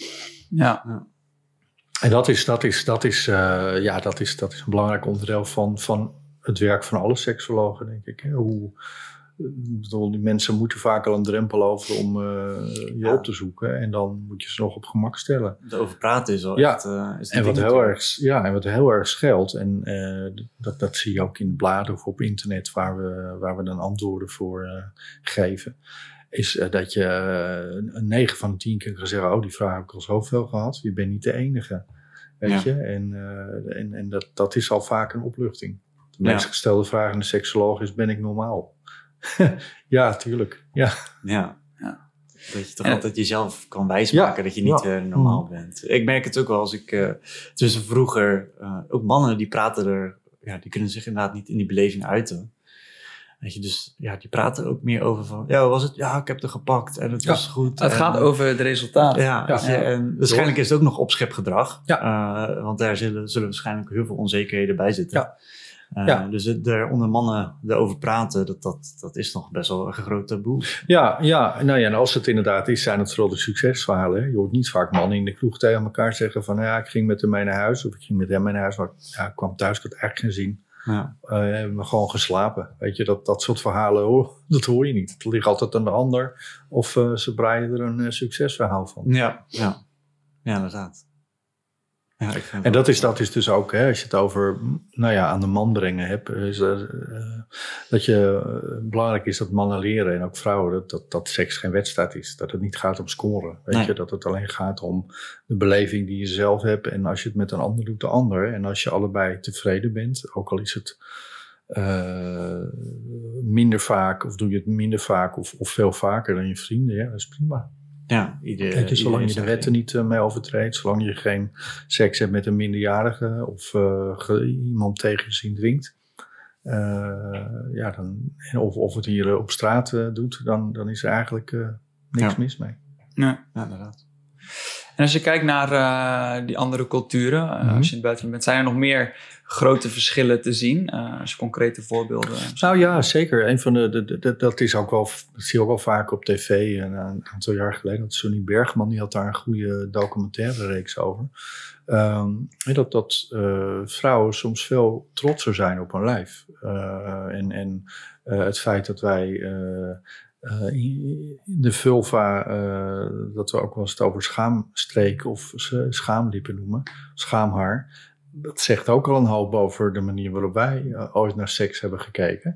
S2: Ja, ja.
S3: En dat is, dat is, dat is, uh, ja, dat is, dat is een belangrijk onderdeel van, van het werk van alle seksologen, denk ik. Hè? Hoe, bedoel, die mensen moeten vaak al een drempel over om uh, je ja. op te zoeken. En dan moet je ze nog op gemak stellen.
S4: Over praten is al
S3: ja.
S4: echt... Uh, is
S3: en, wat heel erg, ja, en wat heel erg scheelt. En uh, dat, dat zie je ook in de bladen of op internet waar we, waar we dan antwoorden voor uh, geven. Is uh, dat je uh, een negen van de tien keer kan zeggen... oh, die vraag heb ik al zoveel gehad. Je bent niet de enige. Weet ja. je? En, uh, en, en dat, dat is al vaak een opluchting. De meest ja. gestelde vraag in de seksoloog is... ben ik normaal? Ja, tuurlijk. Ja.
S4: Ja. ja. Dat je toch en, altijd jezelf kan wijsmaken... Ja. dat je niet ja. uh, normaal mm. bent. Ik merk het ook wel als ik... Uh, tussen vroeger... Uh, ook mannen die praten er... Ja, die kunnen zich inderdaad niet in die beleving uiten... Weet je, dus ja, die praten ook meer over van... Ja, hoe was het? Ja, ik heb er gepakt en het ja, was goed.
S2: Het
S4: en,
S2: gaat over het resultaat.
S4: Ja, ja. Je, en waarschijnlijk is het ook nog opschepgedrag. Ja. Uh, want daar zullen, zullen waarschijnlijk heel veel onzekerheden bij zitten. Ja. Uh, ja. Dus het, er onder mannen erover praten, dat, dat, dat is nog best wel een groot taboe.
S3: Ja, ja, nou ja, en als het inderdaad is, zijn het vooral de succesverhalen. Hè? Je hoort niet vaak mannen in de kroeg tegen elkaar zeggen van... ja, ik ging met hem mee naar huis of ik ging met hem mee naar huis. Maar ja, ik kwam thuis, ik had eigenlijk geen zin. Ja. Uh, hebben we gewoon geslapen. Weet je, dat, dat soort verhalen, hoor, dat hoor je niet. Het ligt altijd aan de ander. Of uh, ze breiden er een uh, succesverhaal van.
S4: Ja, ja. ja inderdaad. Ja, ik vind
S3: en dat is, dat is dus ook, hè, als je het over nou ja, aan de man brengen hebt, is er, uh, dat je uh, belangrijk is dat mannen leren en ook vrouwen dat, dat, dat seks geen wedstrijd is. Dat het niet gaat om scoren. Weet nee. je, dat het alleen gaat om de beleving die je zelf hebt. En als je het met een ander doet, de ander. En als je allebei tevreden bent, ook al is het uh, minder vaak, of doe je het minder vaak of, of veel vaker dan je vrienden, ja, dat is prima.
S4: Ja, ieder,
S3: Kijk, zolang je de wetten niet uh, mee overtreedt, zolang je geen seks hebt met een minderjarige of uh, ge, iemand tegen je zin dwingt, uh, ja, dan, of, of het hier uh, op straat uh, doet, dan, dan is er eigenlijk uh, niks ja. mis mee.
S2: Ja, ja, inderdaad. En als je kijkt naar uh, die andere culturen, uh, mm-hmm. als je in het buitenland bent, zijn er nog meer grote verschillen te zien? Uh, als je concrete voorbeelden...
S3: Nou ja, zeker. Een van de, de, de, de, dat is ook wel, dat zie je ook wel vaak op tv. En een aantal jaar geleden, dat Sonny Bergman, die had daar een goede documentaire reeks over. Um, dat dat uh, vrouwen soms veel trotser zijn op hun lijf. Uh, en en uh, het feit dat wij... Uh, Uh, in de vulva, uh, dat we ook wel eens het over schaamstreken of schaamlippen noemen, schaamhaar. Dat zegt ook al een hoop over de manier waarop wij uh, ooit naar seks hebben gekeken.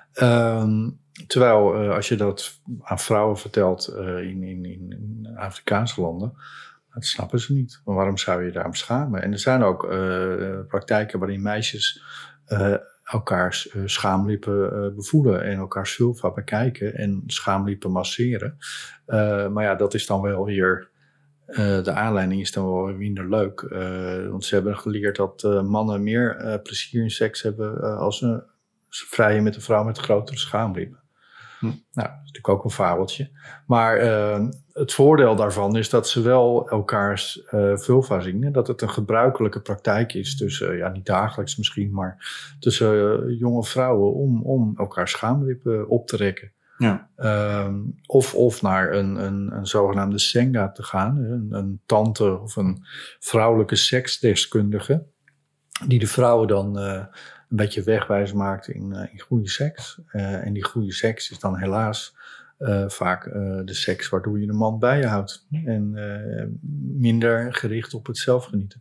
S3: Um, terwijl uh, als je dat aan vrouwen vertelt uh, in, in, in Afrikaanse landen, dat snappen ze niet. Maar waarom zou je daarom schamen? En er zijn ook uh, praktijken waarin meisjes... Uh, elkaars uh, schaamlippen uh, bevoelen en elkaars vulva bekijken en schaamlippen masseren. Uh, maar ja, dat is dan wel weer... Uh, de aanleiding is dan wel weer minder leuk. Uh, want ze hebben geleerd dat uh, mannen meer uh, plezier in seks hebben... Uh, als ze, ze vrijen met een vrouw met grotere schaamlippen. Hm. Nou, dat is natuurlijk ook een fabeltje. Maar uh, het voordeel daarvan is dat ze wel elkaars uh, vulva zien. En dat het een gebruikelijke praktijk is tussen, uh, ja niet dagelijks misschien, maar tussen uh, jonge vrouwen om, om elkaars schaamlippen op te rekken. Ja. Um, of, of naar een, een, een zogenaamde senga te gaan. Een, een tante of een vrouwelijke seksdeskundige. Die de vrouwen dan... Uh, een beetje wegwijs maakt in, uh, in goede seks. Uh, en die goede seks is dan helaas uh, vaak uh, de seks waardoor je de man bij je houdt. En uh, minder gericht op het zelfgenieten.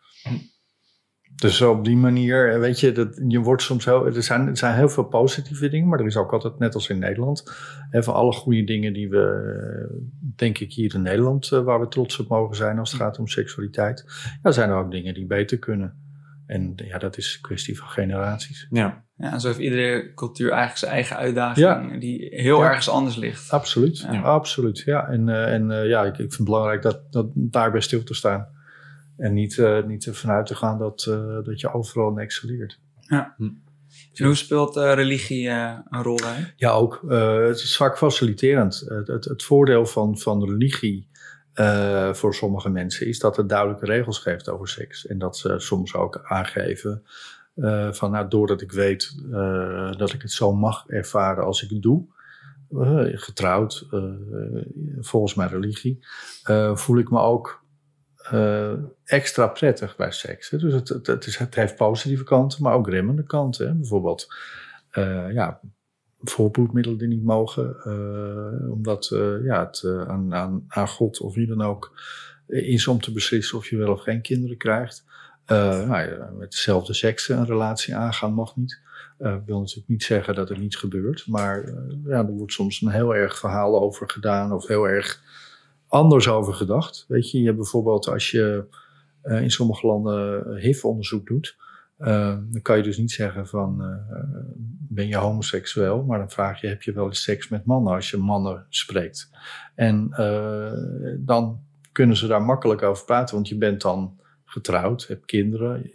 S3: Dus op die manier, weet je, dat, je wordt soms heel, er, zijn, er zijn heel veel positieve dingen, maar er is ook altijd, net als in Nederland, hè, van alle goede dingen die we, denk ik, hier in Nederland, uh, waar we trots op mogen zijn als het gaat om seksualiteit. Ja, zijn er ook dingen die beter kunnen. En ja, dat is een kwestie van generaties.
S2: Ja, ja. Ja, en zo heeft iedere cultuur eigenlijk zijn eigen uitdaging ja. die heel ja. ergens anders ligt.
S3: Absoluut, ja. absoluut. Ja. En, uh, en uh, ja, ik, ik vind het belangrijk dat, dat daarbij stil te staan. En niet, uh, niet ervan uit te gaan dat, uh, dat je overal excelleert.
S2: Ja. Hm. En hoe speelt uh, religie uh, een rol daar?
S3: Ja, ook. Uh, het is vaak faciliterend. Het, het, het voordeel van, van religie uh, voor sommige mensen is dat het duidelijke regels geeft over seks. En dat ze soms ook aangeven uh, van nou, doordat ik weet uh, dat ik het zo mag ervaren als ik het doe, uh, getrouwd, uh, volgens mijn religie, uh, voel ik me ook Uh, extra prettig bij seks. Hè. Dus het, het, het, is, het heeft positieve kanten, maar ook remmende kanten. Hè. Bijvoorbeeld uh, ja, voorboedmiddelen die niet mogen, uh, omdat uh, ja, het uh, aan, aan, aan God of wie dan ook is om te beslissen of je wel of geen kinderen krijgt. Uh, nou ja, met dezelfde seksen een relatie aangaan mag niet. Dat uh, wil natuurlijk niet zeggen dat er niets gebeurt, maar uh, ja, er wordt soms een heel erg verhaal over gedaan of heel erg anders over gedacht. Weet je, je hebt bijvoorbeeld als je uh, in sommige landen H I V-onderzoek doet, uh, dan kan je dus niet zeggen van uh, ben je homoseksueel, maar dan vraag je heb je wel eens seks met mannen als je mannen spreekt. En uh, dan kunnen ze daar makkelijk over praten, want je bent dan getrouwd, hebt kinderen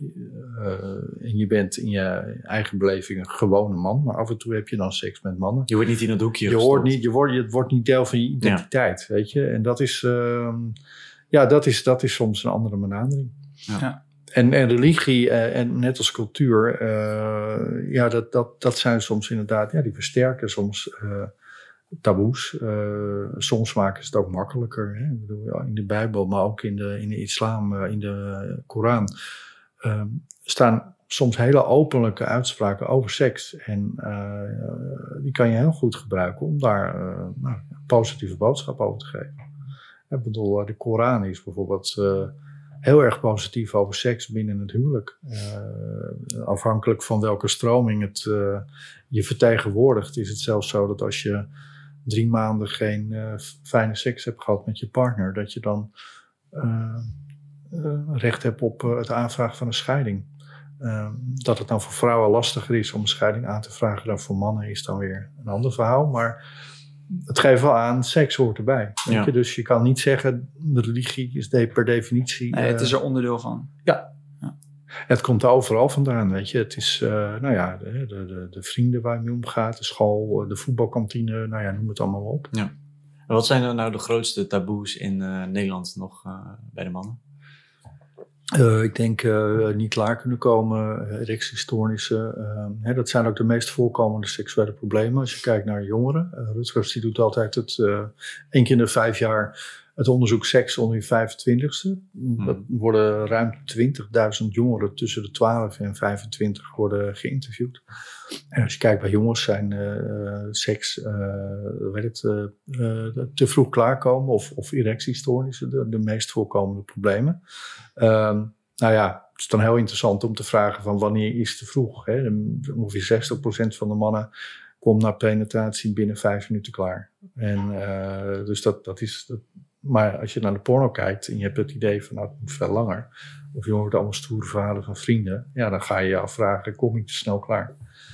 S3: uh, en je bent in je eigen beleving een gewone man, maar af en toe heb je dan seks met mannen.
S4: Je wordt niet in het hoekje
S3: je hoort niet, je wordt, Het wordt niet deel van je identiteit, ja. weet je. En dat is, uh, ja, dat is, dat is soms een andere benadering.
S2: Ja. Ja.
S3: En, en religie, uh, en net als cultuur, uh, ja, dat, dat, dat zijn soms inderdaad, ja, die versterken soms uh, taboes. Uh, soms maken ze het ook makkelijker. Hè? Ik bedoel, in de Bijbel, maar ook in de, in de islam, uh, in de Koran, uh, staan soms hele openlijke uitspraken over seks. En uh, die kan je heel goed gebruiken om daar uh, nou, een positieve boodschap over te geven. Ik bedoel, de Koran is bijvoorbeeld uh, heel erg positief over seks binnen het huwelijk. Uh, afhankelijk van welke stroming het uh, je vertegenwoordigt, is het zelfs zo dat als je drie maanden geen uh, fijne seks hebt gehad met je partner, dat je dan uh, uh, recht hebt op uh, het aanvragen van een scheiding. Uh, dat het dan voor vrouwen lastiger is om een scheiding aan te vragen dan voor mannen is dan weer een ander verhaal. Maar het geeft wel aan, seks hoort erbij. Ja. Je? Dus je kan niet zeggen, de religie is de, per definitie...
S2: Nee, het is er onderdeel van.
S3: Ja. ja. Het komt er overal vandaan, weet je. Het is, uh, nou ja, de, de, de, de vrienden waar je mee omgaat, de school, de voetbalkantine, nou ja, noem het allemaal op.
S4: Ja. En wat zijn dan nou de grootste taboes in uh, Nederland nog uh, bij de mannen?
S3: Uh, ik denk uh, niet klaar kunnen komen, uh, erectiestoornissen. Uh, hè, dat zijn ook de meest voorkomende seksuele problemen. Als je kijkt naar jongeren. Uh, Rutgers die doet altijd het uh, één keer in de vijf jaar het onderzoek seks onder je vijfentwintigste. Hmm. Dat worden ruim twintigduizend jongeren tussen de twaalf en vijfentwintig worden geïnterviewd. En als je kijkt bij jongens zijn uh, seks, uh, weet het, uh, uh, te vroeg klaarkomen of, of erectiestoornissen de, de meest voorkomende problemen. Um, nou ja, het is dan heel interessant om te vragen van wanneer is te vroeg. Hè? Ongeveer zestig procent van de mannen komt na penetratie binnen vijf minuten klaar. En uh, dus dat, dat is... Dat, maar als je naar de porno kijkt en je hebt het idee van nou, het moet veel langer. Of je hoort allemaal stoere verhalen van vrienden. Ja, dan ga je je afvragen, kom ik te snel klaar?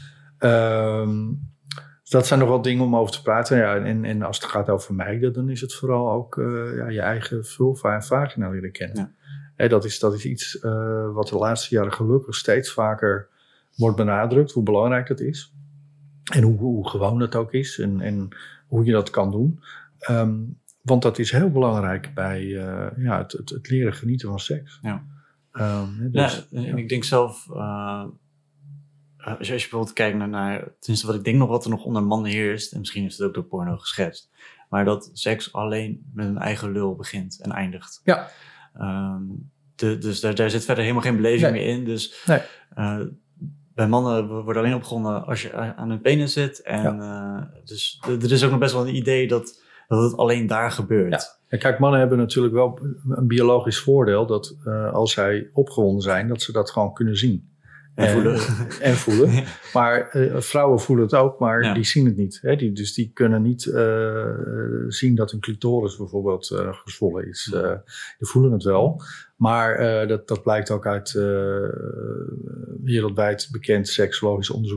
S3: Um, dus dat zijn nog wel dingen om over te praten. Ja, en, en als het gaat over meiden, dan is het vooral ook uh, ja, je eigen vulva en vagina leren kennen. Ja. Hey, dat, is, dat is iets uh, wat de laatste jaren gelukkig steeds vaker wordt benadrukt. Hoe belangrijk dat is. En hoe, hoe gewoon dat ook is. En, en hoe je dat kan doen. Um, want dat is heel belangrijk bij uh, ja, het, het, het leren genieten van seks.
S4: Ja.
S3: Um, dus,
S4: ja, en ja. ik denk zelf... Uh, als, je, als je bijvoorbeeld kijkt naar, naar... Tenminste, wat ik denk nog wat er nog onder mannen heerst... en misschien is het ook door porno geschetst... maar dat seks alleen met een eigen lul begint en eindigt.
S3: Ja.
S4: Um, de, dus daar, daar zit verder helemaal geen beleving nee. meer in. Dus
S3: nee.
S4: uh, bij mannen wordt alleen opgewonden als je aan hun penis zit. En ja. uh, dus er is ook nog best wel een idee dat, dat het alleen daar gebeurt.
S3: Ja. Ja, kijk, mannen hebben natuurlijk wel een biologisch voordeel... dat uh, als zij opgewonden zijn, dat ze dat gewoon kunnen zien.
S4: En, en voelen.
S3: En voelen. Ja. Maar uh, vrouwen voelen het ook, maar ja. die zien het niet. Hè? Die, dus die kunnen niet uh, zien dat een clitoris bijvoorbeeld uh, gezwollen is. Uh, die voelen het wel. Maar uh, dat, dat blijkt ook uit uh, wereldwijd bekend seksologisch onderzoek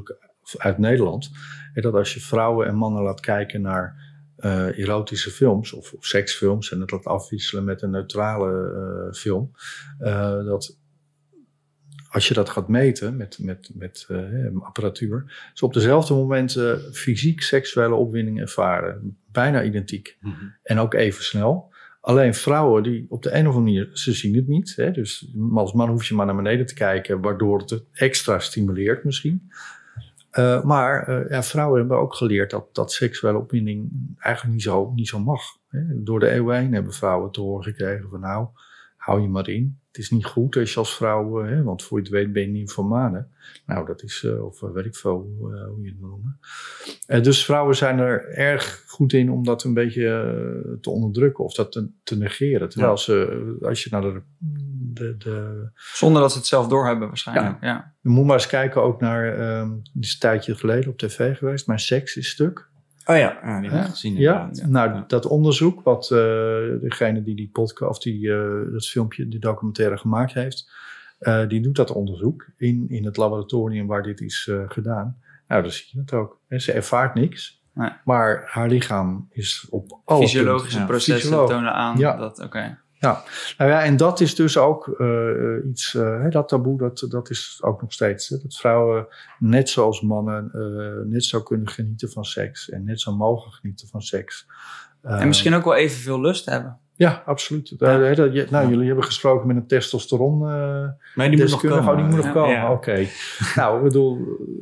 S3: uit Nederland. En dat als je vrouwen en mannen laat kijken naar uh, erotische films of, of seksfilms en het laat afwisselen met een neutrale uh, film, uh, dat als je dat gaat meten met, met, met uh, apparatuur, ze op dezelfde momenten fysiek seksuele opwinding ervaren. Bijna identiek. Mm-hmm. En ook even snel. Alleen vrouwen die op de een of andere manier, ze zien het niet. Hè? Dus als man hoef je maar naar beneden te kijken, waardoor het extra stimuleert misschien. Uh, maar uh, ja, vrouwen hebben ook geleerd dat, dat seksuele opwinding eigenlijk niet zo, niet zo mag. Hè? Door de eeuwen heen hebben vrouwen te horen gekregen van nou, hou je maar in. Het is niet goed als je als vrouw, hè, want voor je het weet ben je niet van manen. Nou, dat is, uh, of weet ik veel uh, hoe je het wil noemen. Uh, dus vrouwen zijn er erg goed in om dat een beetje uh, te onderdrukken of dat te, te negeren. Terwijl ja. ze, als je naar de, de, de...
S2: Zonder dat ze het zelf doorhebben waarschijnlijk. Ja. Ja.
S3: Je moet maar eens kijken ook naar, um, die is een tijdje geleden op tv geweest, maar Seks is Stuk.
S4: Oh ja, ja die heb ik ja. gezien.
S3: Ja, ja, nou ja. Dat onderzoek wat uh, degene die die podcast of die uh, dat filmpje, die documentaire gemaakt heeft, uh, die doet dat onderzoek in, in het laboratorium waar dit is uh, gedaan. Nou, dan zie je het ook. He, ze ervaart niks, nee. maar haar lichaam is op alle
S2: fysiologische punten, processen fysioloog. tonen aan
S3: ja.
S2: dat, oké. Okay.
S3: Ja, nou ja, en dat is dus ook uh, iets, uh, dat taboe, dat, dat is ook nog steeds. Hè, dat vrouwen net zoals mannen uh, net zo kunnen genieten van seks en net zo mogen genieten van seks.
S2: Uh, en misschien ook wel evenveel lust hebben.
S3: Ja, absoluut. Ja. Uh, dat, je, nou, ja. jullie hebben gesproken met een testosteron. Uh,
S4: nee, die moet nog komen.
S3: Oh, die moet nog
S2: ja.
S3: komen,
S2: ja.
S3: oké. Okay. Nou, ik bedoel,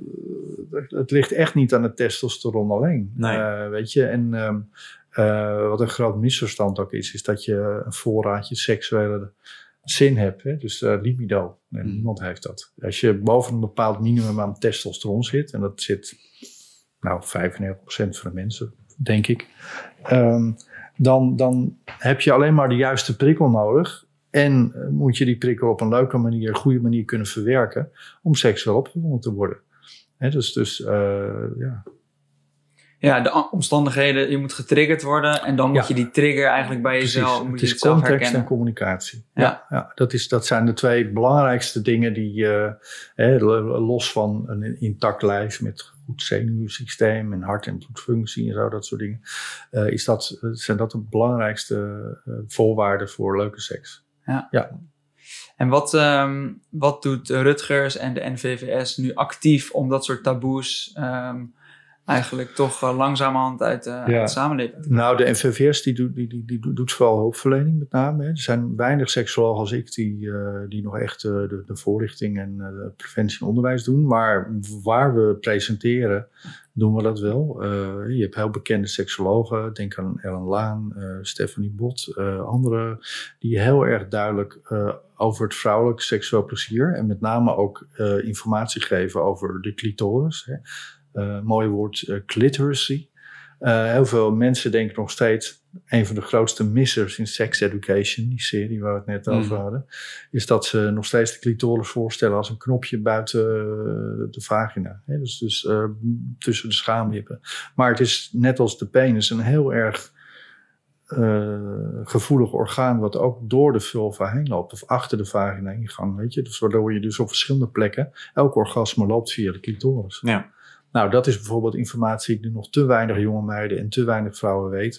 S3: het ligt echt niet aan het testosteron alleen.
S4: Nee.
S3: Uh, weet je, en... Um, Uh, wat een groot misverstand ook is, is dat je een voorraadje seksuele zin hebt. Hè? Dus uh, libido. En mm. niemand heeft dat. Als je boven een bepaald minimum aan testosteron zit, en dat zit nou vijfennegentig procent van de mensen, denk ik, um, dan, dan heb je alleen maar de juiste prikkel nodig. En uh, moet je die prikkel op een leuke manier, een goede manier kunnen verwerken om seksueel opgewonden te worden. Hè? Dus, dus uh, ja...
S2: Ja, de omstandigheden, je moet getriggerd worden en dan moet ja. je die trigger eigenlijk bij
S3: Precies.
S2: jezelf, moet
S3: het
S2: je
S3: is
S2: het zelf
S3: context
S2: herkennen.
S3: en communicatie.
S2: Ja.
S3: Ja, ja dat, is, dat zijn de twee belangrijkste dingen die, uh, hè, los van een intact lijf met goed zenuwsysteem en hart- en bloedfunctie en zo, dat soort dingen, uh, is dat, zijn dat de belangrijkste uh, voorwaarden voor leuke seks.
S2: Ja.
S3: ja.
S2: En wat, um, wat doet Rutgers en de N V V S nu actief om dat soort taboes um, eigenlijk toch uh, langzamerhand uit, uh, ja. uit de samenleving?
S3: Nou, de N V V S die doet, die, die, die doet vooral hulpverlening met name. Hè. Er zijn weinig seksuologen als ik die, uh, die nog echt uh, de, de voorlichting en uh, de preventie en onderwijs doen. Maar waar we presenteren, doen we dat wel. Uh, je hebt heel bekende seksuologen. Denk aan Ellen Laan, uh, Stephanie Bot, uh, anderen die heel erg duidelijk uh, over het vrouwelijk seksueel plezier en met name ook uh, informatie geven over de clitoris. Hè. Uh, mooi woord, uh, cliteracy. Uh, heel veel mensen denken nog steeds, een van de grootste missers in Sex Education, die serie waar we het net mm. over hadden, is dat ze nog steeds de clitoris voorstellen als een knopje buiten uh, de vagina. Hè? Dus, dus uh, tussen de schaamlippen. Maar het is net als de penis een heel erg uh, gevoelig orgaan wat ook door de vulva heen loopt of achter de vagina ingang, weet je. Dus waardoor je dus op verschillende plekken, elk orgasme loopt via de clitoris.
S4: Ja.
S3: Nou, dat is bijvoorbeeld informatie die nog te weinig jonge meiden en te weinig vrouwen weten.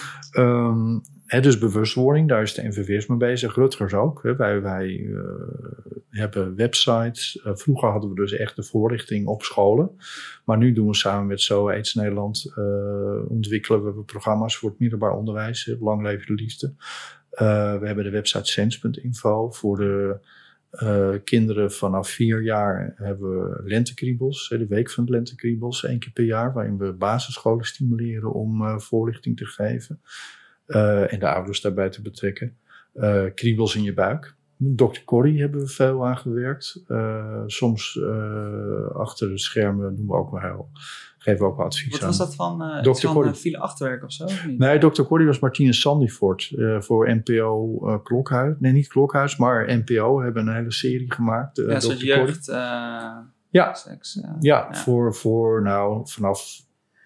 S3: Um, hè, dus bewustwording, daar is de N V V S mee bezig. Rutgers ook. Hè. Wij, wij uh, hebben websites. Uh, vroeger hadden we dus echt de voorlichting op scholen. Maar nu doen we samen met S O A AIDS Nederland, uh, ontwikkelen we programma's voor het middelbaar onderwijs. Hè, Lang leven de liefde. Uh, we hebben de website sens punt info voor de Uh, kinderen vanaf vier jaar hebben we lentekriebels, de week van de lentekriebels, één keer per jaar, waarin we basisscholen stimuleren om uh, voorlichting te geven uh, en de ouders daarbij te betrekken. Uh, kriebels in je buik. dokter Corrie hebben we veel aan gewerkt. Uh, soms uh, achter de schermen doen we ook wel heel, geven we ook wel advies
S2: Wat
S3: aan.
S2: was dat van? Uh,
S3: dokter
S2: van uh, file achterwerk of zo? Of niet?
S3: Nee, dokter Corrie was Martine Sandifort uh, voor N P O uh, Klokhuis. Nee, niet Klokhuis, maar N P O hebben een hele serie gemaakt. Uh,
S2: ja, zo'n jeugd... Uh,
S3: ja,
S2: seks, uh,
S3: ja, ja. Voor, voor nou vanaf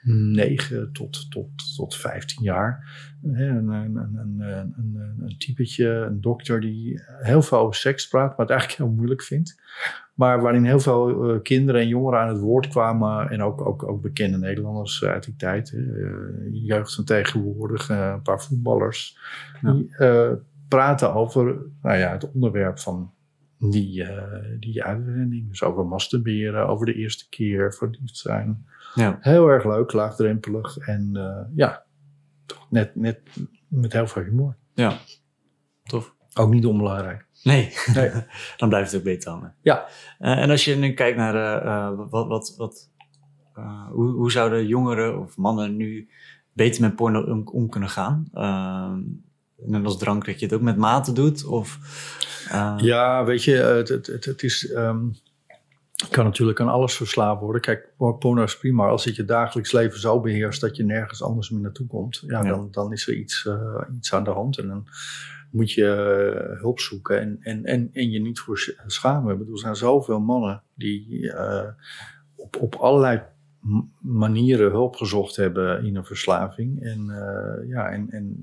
S3: negen tot, tot, tot vijftien jaar. Een, een, een, een, een, een typetje, een dokter die heel veel over seks praat, maar het eigenlijk heel moeilijk vindt. Maar waarin heel veel uh, kinderen en jongeren aan het woord kwamen. En ook, ook, ook bekende Nederlanders uit die tijd. Uh, jeugd van tegenwoordig, uh, een paar voetballers. Ja. Die uh, praten over nou ja, het onderwerp van die, uh, die uitzending. Dus over masturberen, over de eerste keer, verliefd zijn. Ja. Heel erg leuk, laagdrempelig. En uh, ja, toch net, net met heel veel humor.
S4: Ja, tof.
S3: Ook niet onbelangrijk.
S4: Nee, nee. Dan blijft het ook beter aan.
S3: Ja.
S4: Uh, en als je nu kijkt naar uh, uh, wat, wat, wat, uh, hoe, hoe zouden jongeren of mannen nu beter met porno om, om kunnen gaan? Uh, net als drank, dat je het ook met mate doet? Of, uh...
S3: Ja, weet je, het, het, het, het is... Um, je kan natuurlijk aan alles verslaafd worden. Kijk, porno is prima. Als het je dagelijks leven zo beheerst dat je nergens anders meer naartoe komt, ja, ja. Dan, dan is er iets, uh, iets aan de hand. En dan moet je uh, hulp zoeken en, en, en, en je niet voor schamen. Ik bedoel, er zijn zoveel mannen die uh, op, op allerlei m- manieren hulp gezocht hebben in een verslaving. En, uh, ja, en, en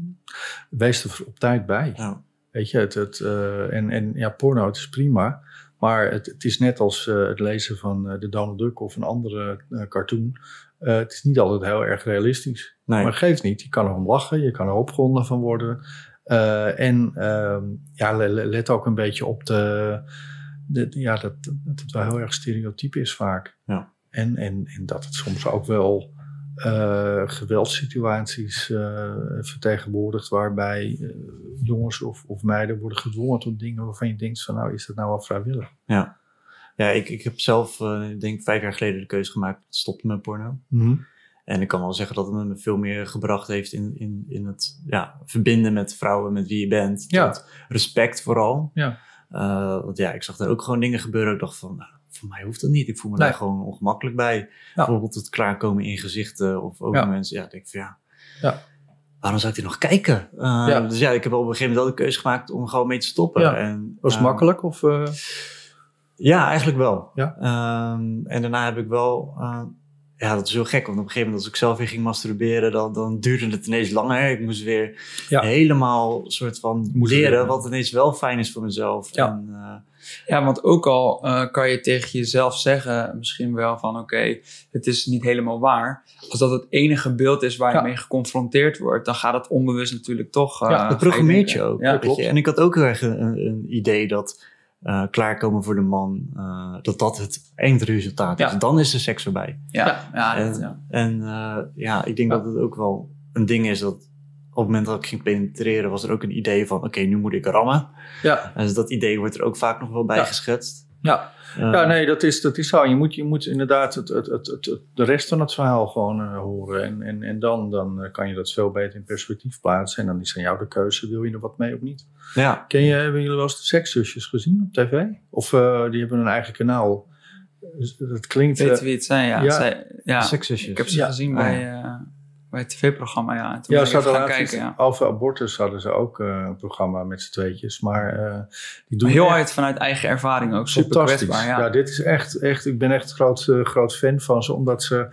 S3: wees er op tijd bij. Ja. Weet je, het, het, uh, en, en ja, porno, het is prima. Maar het, het is net als uh, het lezen van uh, de Donald Duck of een andere uh, cartoon. Uh, het is niet altijd heel erg realistisch. Nee. Maar het geeft niet. Je kan erom lachen, je kan er opgewonden van worden. Uh, en uh, ja, let ook een beetje op de, de, ja, dat, dat het wel heel erg stereotyp is vaak. Ja. En, en, en dat het soms ook wel uh, geweldssituaties uh, vertegenwoordigt waarbij uh, jongens of, of meiden worden gedwongen tot dingen waarvan je denkt van nou, is dat nou wel vrijwillig?
S4: Ja, ja ik, ik heb zelf uh, ik denk vijf jaar geleden de keuze gemaakt te stoppen met porno.
S3: Mm-hmm.
S4: En ik kan wel zeggen dat het me veel meer gebracht heeft in, in, in het ja, verbinden met vrouwen, met wie je bent.
S3: Ja.
S4: Tot respect vooral.
S3: Ja.
S4: Uh, want ja, ik zag daar ook gewoon dingen gebeuren. Ik dacht van, nou, voor mij hoeft dat niet. Ik voel me nee. daar gewoon ongemakkelijk bij. Ja. Bijvoorbeeld het klaarkomen in gezichten. Of ook ja. mensen, ja, ik denk van ja,
S3: ja.
S4: waarom zou ik dit nog kijken? Uh, ja. Dus ja, ik heb op een gegeven moment wel de keuze gemaakt om gewoon mee te stoppen.
S3: Ja.
S4: En,
S3: was het uh, makkelijk? Of, uh...
S4: Ja, eigenlijk wel.
S3: Ja.
S4: Um, en daarna heb ik wel... Uh, Ja, dat is heel gek, want op een gegeven moment als ik zelf weer ging masturberen, dan, dan duurde het ineens langer. Ik moest weer ja. helemaal soort van leren weer, wat ineens wel fijn is voor mezelf.
S2: Ja,
S4: en, uh,
S2: ja want ook al uh, kan je tegen jezelf zeggen misschien wel van oké, okay, het is niet helemaal waar. Als dat het enige beeld is waar je ja. mee geconfronteerd wordt, dan gaat het onbewust natuurlijk toch... Uh,
S4: ja, dat programmeert je ook. Ja, klopt. Je? En ik had ook heel erg een, een idee dat... Uh, klaarkomen voor de man, uh, dat dat het eindresultaat is. Ja. Dan is de seks voorbij.
S2: Ja, ja,
S4: en,
S2: ja.
S4: en uh, ja, ik denk ja. dat het ook wel een ding is dat op het moment dat ik ging penetreren was er ook een idee van oké, okay, nu moet ik rammen.
S3: Ja.
S4: En dus dat idee wordt er ook vaak nog wel bij ja. geschetst.
S3: Ja. Uh, ja, nee, dat is, dat is zo. Je moet, je moet inderdaad het, het, het, het, het, de rest van het verhaal gewoon uh, horen. En, en, en dan, dan uh, kan je dat veel beter in perspectief plaatsen. En dan is aan jou de keuze, wil je er wat mee of niet?
S4: Ja.
S3: Ken je, hebben jullie wel eens de Sekszusjes gezien op tv? Of uh, die hebben een eigen kanaal. Dat klinkt...
S2: Weet je wie het zijn, ja.
S3: ja.
S2: Zij, ja.
S4: Sekszusjes.
S2: Ik heb ze ja. gezien ah, bij... Uh, bij het tv-programma, ja. En toen
S3: ja,
S2: ben
S3: ze
S2: ik
S3: hadden
S2: gaan kijken, ja.
S3: Over abortus hadden ze ook uh, een programma met z'n tweetjes. Maar uh, die doen
S2: heel
S3: echt...
S2: uit vanuit eigen ervaring ook.
S3: Fantastisch.
S2: Ja.
S3: ja, dit is echt, echt... Ik ben echt groot, uh, groot fan van ze. Omdat ze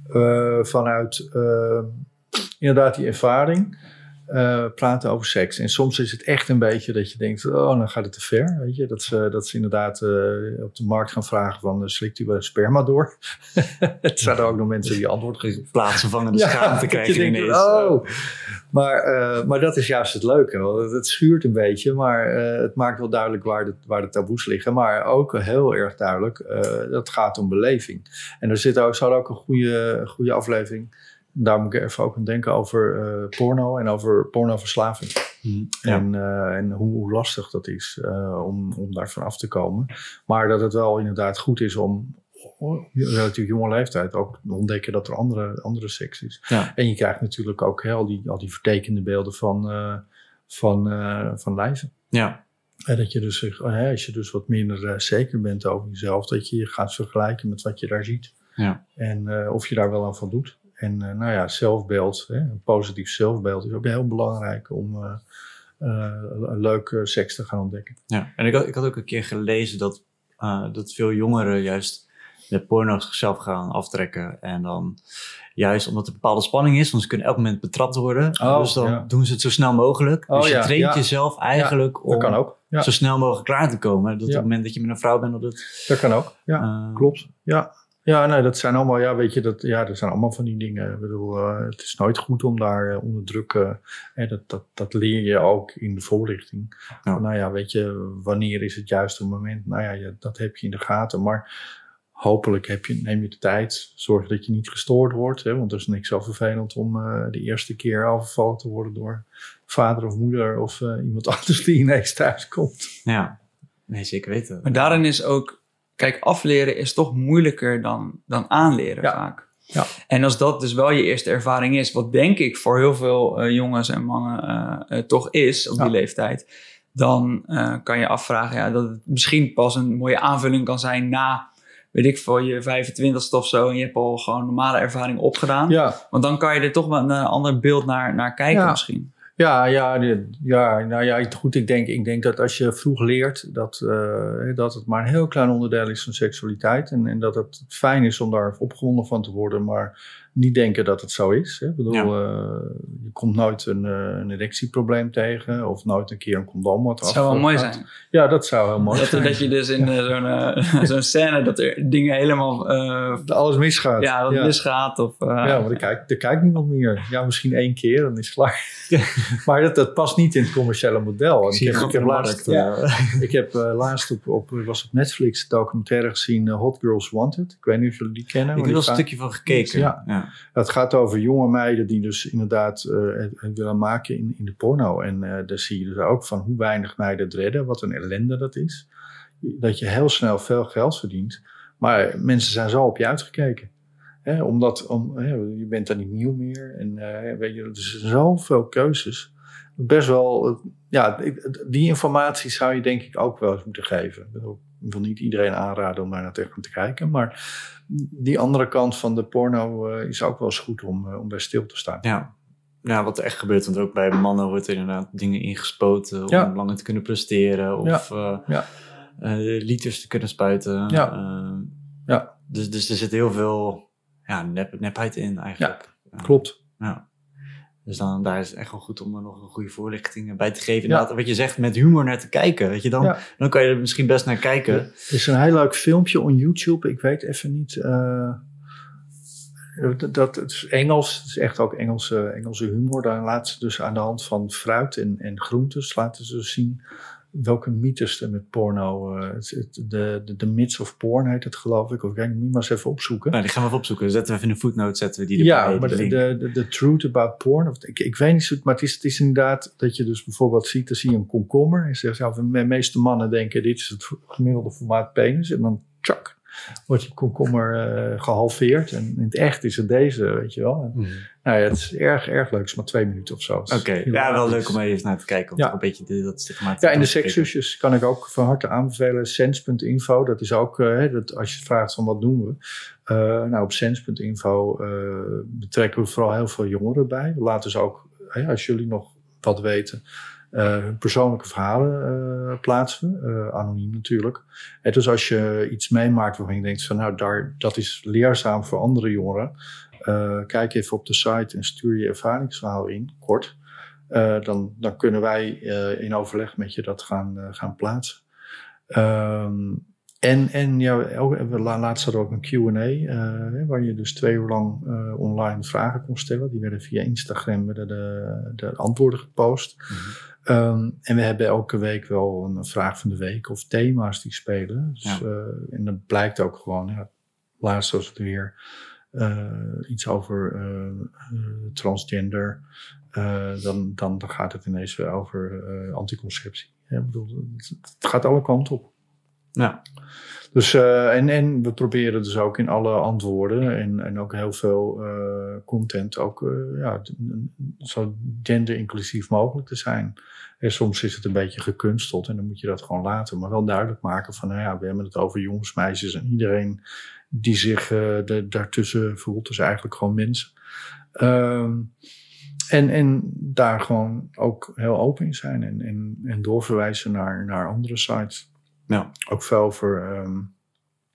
S3: uh, vanuit uh, inderdaad die ervaring... Uh, praten over seks. En soms is het echt een beetje dat je denkt... oh, dan gaat het te ver. Weet je? Dat, ze, dat ze inderdaad uh, op de markt gaan vragen van... Uh, slikt u wel sperma door? Het zijn er ook nog mensen die antwoord geven.
S4: Plaatsvervangende ja, schaamte krijgen
S3: denkt,
S4: ineens.
S3: Oh. Maar, uh, maar dat is juist het leuke. Het schuurt een beetje, maar uh, het maakt wel duidelijk waar de, waar de taboes liggen. Maar ook heel erg duidelijk, uh, dat het gaat om beleving. En er zit ook, zou ook een goede, goede aflevering... Daar moet ik even ook aan denken over uh, porno en over pornoverslaving. Mm, ja. En, uh, en hoe, hoe lastig dat is uh, om, om daarvan af te komen. Maar dat het wel inderdaad goed is om op relatief jonge leeftijd ook te ontdekken dat er andere, andere seks is. Ja. En je krijgt natuurlijk ook heel die, al die vertekende beelden van, uh, van, uh, van lijven.
S4: Ja.
S3: En dat je dus, uh, als je dus wat minder uh, zeker bent over jezelf, dat je je gaat vergelijken met wat je daar ziet.
S4: Ja.
S3: En uh, of je daar wel aan voldoet. En uh, nou ja, zelfbeeld, hè, een positief zelfbeeld is ook heel belangrijk om uh, uh, een leuke seks te gaan ontdekken.
S4: Ja, en ik had, ik had ook een keer gelezen dat, uh, dat veel jongeren juist de porno zichzelf gaan aftrekken. En dan juist omdat er bepaalde spanning is, want ze kunnen elk moment betrapt worden.
S3: Oh,
S4: dus dan
S3: ja.
S4: doen ze het zo snel mogelijk.
S3: Oh,
S4: dus je
S3: ja,
S4: traint
S3: ja.
S4: jezelf eigenlijk
S3: Dat
S4: om
S3: kan ook. Ja.
S4: zo snel mogelijk klaar te komen. Dat
S3: Ja.
S4: op het moment dat je met een vrouw bent, dat het...
S3: Dat kan ook. Ja,
S4: uh,
S3: klopt. Ja. Ja, nee, dat zijn allemaal, ja, weet je, dat, ja, dat zijn allemaal van die dingen. Ik bedoel, uh, het is nooit goed om daar uh, onder druk, uh, hè, dat, dat, dat leer je ook in de voorlichting.
S4: Ja.
S3: Van, nou ja, weet je, wanneer is het juiste moment? Nou ja, ja, dat heb je in de gaten, maar hopelijk heb je, neem je de tijd, zorg dat je niet gestoord wordt, hè, want er is niks zo vervelend om uh, de eerste keer overvallen te worden door vader of moeder of uh, iemand anders die ineens thuis komt.
S4: Ja, nee, zeker weten.
S2: Maar daarin is ook... Kijk, afleren is toch moeilijker dan, dan aanleren
S3: Ja.
S2: vaak.
S3: Ja.
S2: En als dat dus wel je eerste ervaring is... wat denk ik voor heel veel uh, jongens en mannen uh, uh, toch is op
S3: Ja.
S2: die leeftijd... dan uh, kan je afvragen ja, dat het misschien pas een mooie aanvulling kan zijn... na, weet ik veel, je vijfentwintigste of zo... en je hebt al gewoon normale ervaring opgedaan.
S3: Ja.
S2: Want dan kan je er toch wel een ander beeld naar, naar kijken
S3: Ja.
S2: misschien.
S3: Ja, ja, de- ja, nou ja, goed, ik denk, ik denk dat als je vroeg leert dat, uh, dat het maar een heel klein onderdeel is van seksualiteit en, en dat het fijn is om daar opgewonden van te worden, maar niet denken dat het zo is. Hè. Ik bedoel,
S4: Ja.
S3: uh, je komt nooit een, uh, een erectieprobleem tegen of nooit een keer een condoom wat
S2: Het zou wel mooi
S3: gaat.
S2: zijn.
S3: Ja, dat zou heel mooi
S2: Dat,
S3: zijn.
S2: dat je dus in uh, zo'n, uh, zo'n scène... dat er dingen helemaal... Uh,
S3: Dat alles misgaat.
S2: ja, dat het misgaat of... Uh,
S3: Ja, maar er kijkt, er kijkt niemand meer. Ja, misschien één keer, dan is het klaar. Maar dat, dat past niet in het commerciële model. En
S4: Ik zie
S3: ik
S4: je
S3: heb, ik
S4: gat in
S3: heb
S4: de
S3: laatst,
S4: markt.
S3: ja, ik heb uh, laatst op, op, was op Netflix een documentaire gezien, uh, Hot Girls Wanted. Ik weet niet of jullie die kennen.
S4: Ik
S3: maar
S4: heb
S3: die
S4: wel een
S3: gaan-
S4: stukje van gekeken.
S3: Ja.
S4: Ja.
S3: Het gaat over jonge meiden die dus inderdaad uh, het, het willen maken in, in de porno. En uh, daar zie je dus ook van hoe weinig meiden het redden. Wat een ellende dat is. Dat je heel snel veel geld verdient. Maar mensen zijn zo op je uitgekeken. Hè, omdat om, hè, je bent dan niet nieuw meer. En uh, weet je, er zijn zoveel keuzes. Best wel, uh, ja, die informatie zou je denk ik ook wel eens moeten geven. Ik bedoel, ik wil niet iedereen aanraden om daar naar te, te kijken. Maar die andere kant van de porno uh, is ook wel eens goed om, uh, om bij stil te staan.
S4: Ja. Ja, wat er echt gebeurt. Want ook bij mannen wordt er inderdaad dingen ingespoten om
S3: Ja.
S4: langer te kunnen presteren. Of
S3: Ja.
S4: uh,
S3: Ja.
S4: uh, liters te kunnen spuiten.
S3: Ja.
S4: Uh,
S3: Ja.
S4: Dus, dus er zit heel veel ja, nep, nepheid in eigenlijk. Ja.
S3: Klopt.
S4: Ja. Dus dan, daar is het echt wel goed om er nog een goede voorlichting bij te geven.
S3: Ja.
S4: Inderdaad, wat je zegt, met humor naar te kijken. Weet je, dan,
S3: Ja.
S4: dan kan je er misschien best naar kijken.
S3: Er is een heel leuk filmpje op YouTube. Ik weet even niet. Uh, dat, dat, het is Engels. Het is echt ook Engelse, Engelse humor. Daar laten ze dus aan de hand van fruit en, en groentes laten ze dus zien welke mythes er met porno. Uh, het, het, de, de, de myths of porn heet het, geloof ik. Of kijk, moet je maar eens even opzoeken.
S4: Nou, die gaan we even opzoeken. Dan zetten we even in de footnote, zetten we die
S3: Ja,
S4: erbij.
S3: maar
S4: die
S3: de,
S4: link.
S3: de, de, de truth about porn. Of, ik, ik weet niet zo, maar het is, het is inderdaad dat je dus bijvoorbeeld ziet, dan zie je een komkommer. En zegt, ja, de meeste mannen denken, dit is het gemiddelde formaat penis. En dan tjak, wordt die komkommer uh, gehalveerd. En in het echt is het deze, weet je wel. En,
S4: Mm.
S3: nou ja, het is erg, erg leuk. Het is maar twee minuten of zo.
S4: Oké, okay. Ja, wel leuk om even naar te kijken. Om
S3: ja.
S4: toch een beetje de, dat stigma
S3: Ja, en de sekszusjes kan ik ook van harte aanbevelen. Sens punt info, dat is ook, uh, dat als je vraagt van wat doen we. Uh, nou, op sens punt info uh, betrekken we vooral heel veel jongeren bij. We laten ze ook, uh, als jullie nog wat weten, uh, hun persoonlijke verhalen uh, plaatsen. Uh, anoniem natuurlijk. En dus als je iets meemaakt waarvan je denkt van nou, daar, dat is leerzaam voor andere jongeren. Uh, kijk even op de site en stuur je ervaringsverhaal in, kort. Uh, dan, dan kunnen wij uh, in overleg met je dat gaan, uh, gaan plaatsen. Um, en en ja, ook, laatst hadden we ook een Q en A, uh, waar je dus twee uur lang uh, online vragen kon stellen. Die werden via Instagram werden de, de antwoorden gepost. Mm-hmm. Um, en we hebben elke week wel een vraag van de week of thema's die spelen. Dus, ja. uh, en dan blijkt ook gewoon, ja, laatst was het weer uh, iets over uh, uh, transgender. Uh, dan, dan, dan gaat het ineens weer over uh, anticonceptie. Ja, ik bedoel, het, het gaat alle kanten op.
S4: Ja.
S3: Dus, uh, en, en we proberen dus ook in alle antwoorden en, en ook heel veel uh, content ook uh, ja, zo gender-inclusief mogelijk te zijn. En soms is het een beetje gekunsteld en dan moet je dat gewoon laten. Maar wel duidelijk maken van, nou ja, we hebben het over jongens, meisjes en iedereen die zich uh, de, daartussen voelt. Dus eigenlijk gewoon mensen. Um, En, en daar gewoon ook heel open in zijn en, en, en doorverwijzen naar, naar andere sites.
S4: Ja.
S3: Ook veel over um,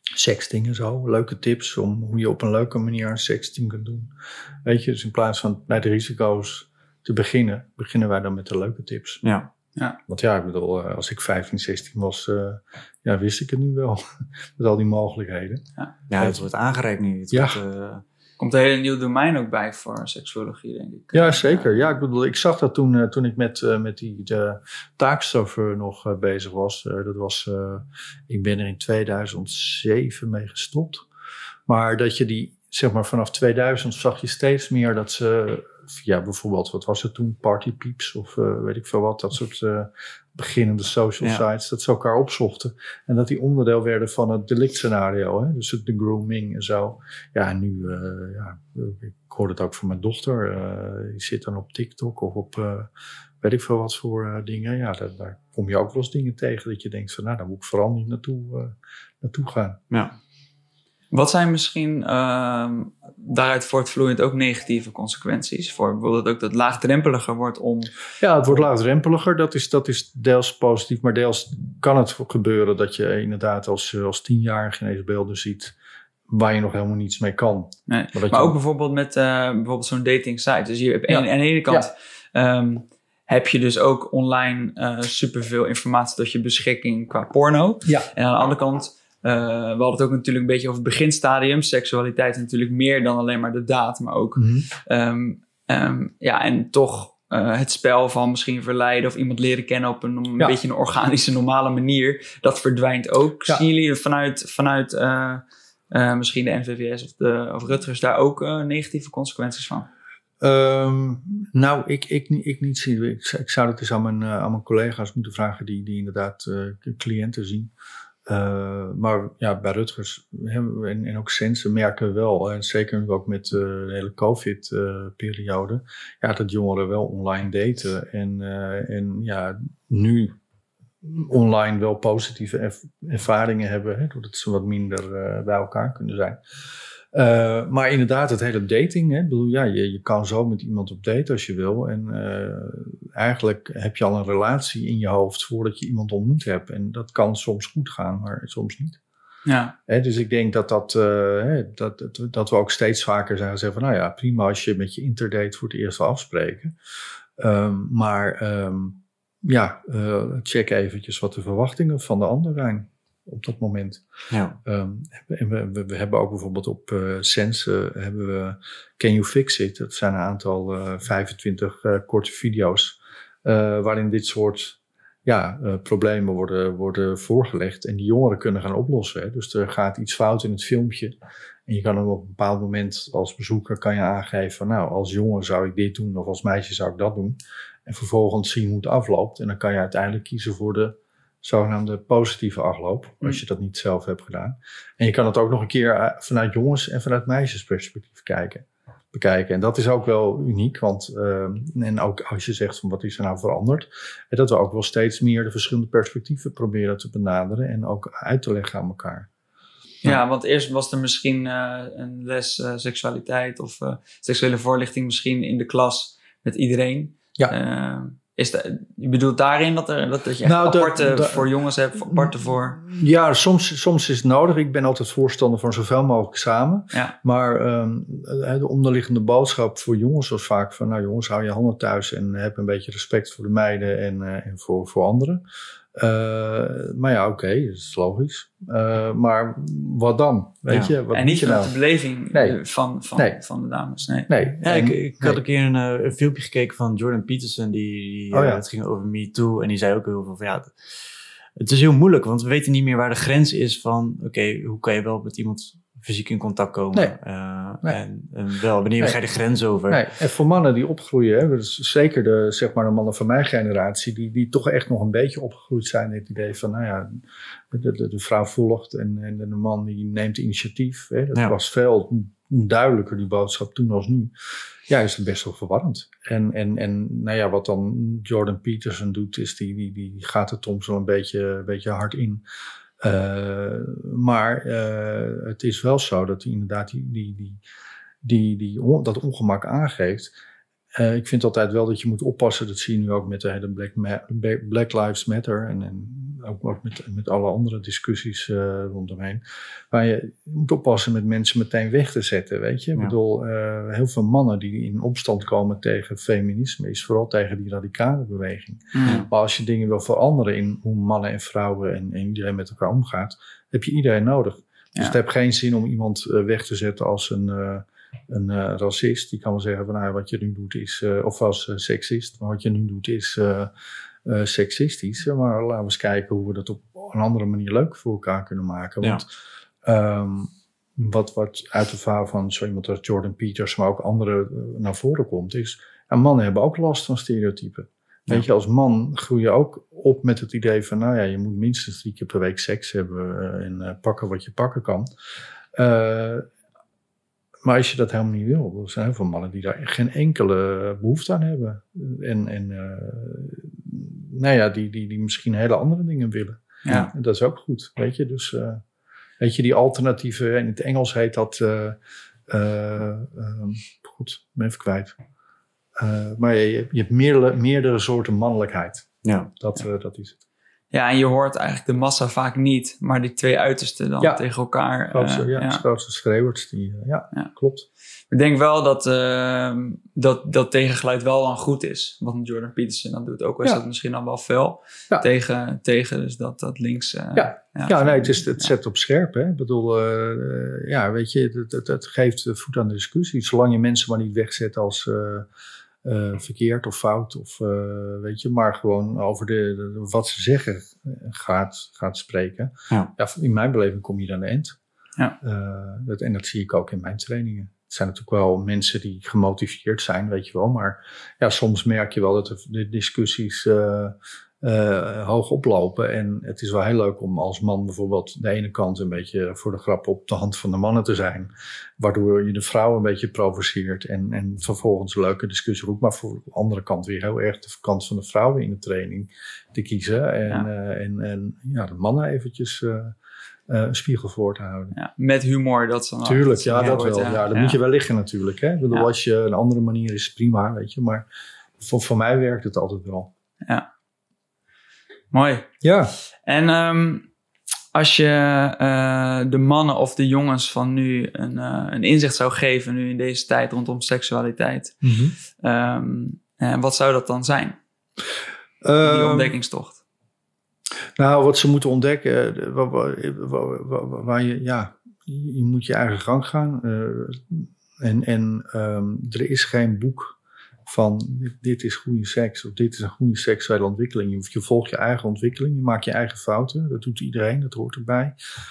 S3: sexting en zo. Leuke tips om hoe je op een leuke manier een sexting kunt doen. Weet je, dus in plaats van bij de risico's te beginnen, beginnen wij dan met de leuke tips.
S4: Ja.
S2: Ja.
S3: Want ja, ik bedoel, als ik vijftien, zestien was, uh, ja, wist ik het nu wel. Met al die mogelijkheden.
S2: Ja,
S4: ja het wordt aangereikt nu. Het
S3: ja.
S4: wordt, uh...
S2: komt een hele nieuw domein ook bij voor seksuologie, denk ik.
S3: Ja, zeker. Ja, ik bedoel, ik zag dat toen, uh, toen ik met, uh, met die de taakstoffen nog uh, bezig was. Uh, dat was, uh, ik ben er in tweeduizend zeven mee gestopt. Maar dat je die, zeg maar vanaf tweeduizend zag je steeds meer dat ze, ja, bijvoorbeeld, wat was het toen, Party Peeps of uh, weet ik veel wat, dat soort uh, beginnende social ja. sites, dat ze elkaar opzochten. En dat die onderdeel werden van het delictscenario, hè? Dus de grooming en zo. Ja, en nu, uh, ja, ik hoor het ook van mijn dochter, uh, die zit dan op TikTok of op, uh, weet ik veel wat voor uh, dingen. Ja, daar, daar kom je ook wel eens dingen tegen dat je denkt van, nou, daar moet ik vooral niet naartoe, uh, naartoe gaan.
S2: Ja. Wat zijn misschien uh, daaruit voortvloeiend ook negatieve consequenties? Voor bijvoorbeeld ook dat het laagdrempeliger wordt om...
S3: Ja, het wordt laagdrempeliger. Dat is, dat is deels positief. Maar deels kan het gebeuren dat je inderdaad als, als tienjarige ineens beelden ziet waar je nog helemaal niets mee kan.
S2: Nee.
S3: Maar,
S2: maar
S3: je...
S2: ook bijvoorbeeld met uh, bijvoorbeeld zo'n dating site. Dus je hebt ja. aan de ene kant... Ja. Um, heb je dus ook online uh, superveel informatie tot je beschikking qua porno.
S3: Ja.
S2: En aan de andere kant... Uh, we hadden het ook natuurlijk een beetje over het beginstadium. Seksualiteit is natuurlijk meer dan alleen maar de daad, maar ook... Mm-hmm. Um, um, ja, en toch uh, het spel van misschien verleiden of iemand leren kennen op een, een ja. beetje een organische, normale manier. Dat verdwijnt ook. Ja. Zien jullie vanuit, vanuit uh, uh, misschien de N V V S of, de, of Rutgers daar ook uh, negatieve consequenties van?
S3: Um, nou, ik, ik, ik niet zie. Ik, ik zou dat eens aan mijn, uh, aan mijn collega's moeten vragen die, die inderdaad uh, cliënten zien. Uh, maar ja, bij Rutgers en, en ook Sense merken we wel, en zeker nu ook met uh, de hele COVID-periode, uh, ja, dat jongeren wel online daten en, uh, en ja, nu online wel positieve erv- ervaringen hebben, hè, doordat ze wat minder uh, bij elkaar kunnen zijn. Uh, maar inderdaad, het hele dating, hè, bedoel, ja, je, je kan zo met iemand op date als je wil. En uh, eigenlijk heb je al een relatie in je hoofd voordat je iemand ontmoet hebt. En dat kan soms goed gaan, maar soms niet.
S2: Ja.
S3: Hè, dus ik denk dat, dat, uh, dat, dat, dat we ook steeds vaker zijn zeggen van, nou ja, prima als je met je interdate voor het eerst wil afspreken. Um, maar um, ja, uh, check eventjes wat de verwachtingen van de ander zijn. Op dat moment.
S4: Ja.
S3: Um, en we, we, we hebben ook bijvoorbeeld op uh, Sense uh, hebben we Can You Fix It? Dat zijn een aantal uh, vijfentwintig uh, korte video's uh, waarin dit soort ja, uh, problemen worden, worden voorgelegd en die jongeren kunnen gaan oplossen. Hè? Dus er gaat iets fout in het filmpje en je kan hem op een bepaald moment als bezoeker kan je aangeven van nou, als jongen zou ik dit doen of als meisje zou ik dat doen. En vervolgens zien hoe het afloopt en dan kan je uiteindelijk kiezen voor de zogenaamde positieve afloop, als mm. je dat niet zelf hebt gedaan. En je kan het ook nog een keer vanuit jongens- en vanuit meisjesperspectief kijken, bekijken. En dat is ook wel uniek, want uh, en ook als je zegt van wat is er nou veranderd, en dat we ook wel steeds meer de verschillende perspectieven proberen te benaderen en ook uit te leggen aan elkaar.
S2: Ja, ja want eerst was er misschien uh, een les uh, seksualiteit of uh, seksuele voorlichting misschien in de klas met iedereen.
S3: Ja.
S2: Uh, Is de, je bedoelt daarin dat, er, dat, dat je echt nou, aparte da, da, voor jongens hebt, aparte voor...
S3: Ja, soms, soms is het nodig. Ik ben altijd voorstander van zoveel mogelijk samen.
S2: Ja.
S3: Maar um, de onderliggende boodschap voor jongens was vaak van... nou jongens, hou je handen thuis en heb een beetje respect voor de meiden en, uh, en voor, voor anderen. Uh, maar ja, oké, okay, dat is logisch. Uh, maar wat dan? Weet ja. je? Wat
S2: en niet vanuit
S3: nou?
S2: de beleving nee. van, van, nee. van de dames. Nee.
S3: nee.
S4: Ja,
S3: en,
S4: ik, ik
S3: nee.
S4: had een keer een, uh, een filmpje gekeken van Jordan Peterson. Die, die
S3: oh,
S4: uh,
S3: ja.
S4: het ging over Me Too. En die zei ook heel veel van ja... Het is heel moeilijk, want we weten niet meer waar de grens is van... Oké, okay, hoe kan je wel met iemand fysiek in contact komen?
S3: Nee.
S4: Uh,
S3: nee.
S4: En, en wel, wanneer
S3: nee.
S4: ga je de grens over?
S3: Nee. En voor mannen die opgroeien, hè, dus zeker de, zeg maar de mannen van mijn generatie... Die, die toch echt nog een beetje opgegroeid zijn... het idee van, nou ja, de, de, de vrouw volgt en, en de man die neemt initiatief. Hè, dat ja. was veel duidelijker, die boodschap, toen als nu. Ja, is het best wel verwarrend. En, en, en nou ja, wat dan Jordan Peterson doet, is die, die, die gaat er soms wel een beetje, een beetje hard in. Uh, maar uh, het is wel zo dat hij inderdaad die, die, die, die, die on, dat ongemak aangeeft. uh, ik vind altijd wel dat je moet oppassen. Dat zie je nu ook met de hele Black, Ma- Black Lives Matter. En, en ook, ook met, met alle andere discussies uh, rondomheen. Maar je, je moet oppassen met mensen meteen weg te zetten, weet je. Ja. Ik bedoel, uh, heel veel mannen die in opstand komen tegen feminisme... is vooral tegen die radicale beweging. Mm. Maar als je dingen wil veranderen in hoe mannen en vrouwen... en, en iedereen met elkaar omgaat, heb je iedereen nodig. Dus ja. Het heeft geen zin om iemand uh, weg te zetten als een... Uh, Een uh, racist, die kan wel zeggen van nou, wat je nu doet is, uh, of als uh, seksist, maar wat je nu doet is uh, uh, seksistisch. Maar laten we eens kijken hoe we dat op een andere manier leuk voor elkaar kunnen maken. Want ja. um, wat, wat uit de verhaal van zo iemand als Jordan Peters, maar ook anderen uh, naar voren komt, is ja, mannen hebben ook last van stereotypen. Ja. Weet je, als man groei je ook op met het idee van nou ja, je moet minstens drie keer per week seks hebben uh, en uh, pakken wat je pakken kan. Uh, Maar als je dat helemaal niet wil, er zijn heel veel mannen die daar geen enkele behoefte aan hebben. En, en uh, nou ja, die, die, die misschien hele andere dingen willen. Ja. En dat is ook goed, weet je. Dus uh, weet je, die alternatieve, in het Engels heet dat, uh, uh, um, goed, ik ben even kwijt. Uh, maar je, je hebt meerdere, meerdere soorten mannelijkheid. Ja. Dat, uh, dat is het.
S2: Ja, en je hoort eigenlijk de massa vaak niet, maar die twee uitersten dan ja. tegen elkaar.
S3: Grootste, uh, ja, ja. grootste schreeuwers, die, uh, ja, ja, klopt.
S2: Ik denk wel dat, uh, dat dat tegengeluid wel dan goed is. Wat Jordan Peterson dan doet, ook al is ja. dat misschien dan wel fel ja. tegen, tegen dus dat, dat links. Uh,
S3: ja, ja, ja nee, het, is, het ja. zet op scherp. Hè? Ik bedoel, uh, ja, weet je, het, het, het geeft voet aan de discussie. Zolang je mensen maar niet wegzet als... Uh, Uh, verkeerd of fout, of uh, weet je, maar gewoon over de, de, wat ze zeggen gaat, gaat spreken. Ja. Ja, in mijn beleving kom je dan de end. Ja. Uh, dat, en dat zie ik ook in mijn trainingen. Het zijn natuurlijk wel mensen die gemotiveerd zijn, weet je wel, maar ja, soms merk je wel dat de, de discussies uh, uh, hoog oplopen. En het is wel heel leuk om als man bijvoorbeeld de ene kant een beetje voor de grap op de hand van de mannen te zijn, waardoor je de vrouw een beetje provoceert en, en vervolgens een leuke discussie roept, maar voor de andere kant weer heel erg de kant van de vrouwen in de training te kiezen en, ja. uh, en, en ja, de mannen eventjes uh, uh, een spiegel voor te houden.
S2: Ja, met humor, dat ze
S3: Tuurlijk, ja, dat wordt, wel. Ja, ja dat ja. moet je wel liggen natuurlijk. Hè? Ik bedoel, ja. als je een andere manier is, prima, weet je, maar voor, voor mij werkt het altijd wel.
S2: Ja. Mooi.
S3: Ja.
S2: En um, als je uh, de mannen of de jongens van nu een, uh, een inzicht zou geven, nu in deze tijd rondom seksualiteit, mm-hmm. um, uh, wat zou dat dan zijn? Um, Die ontdekkingstocht.
S3: Nou, wat ze moeten ontdekken, waar, waar, waar, waar je, ja, je moet je eigen gang gaan. Uh, en en um, er is geen boek van dit, dit is goede seks of dit is een goede seksuele ontwikkeling. Je, je volgt je eigen ontwikkeling, je maakt je eigen fouten. Dat doet iedereen, dat hoort erbij.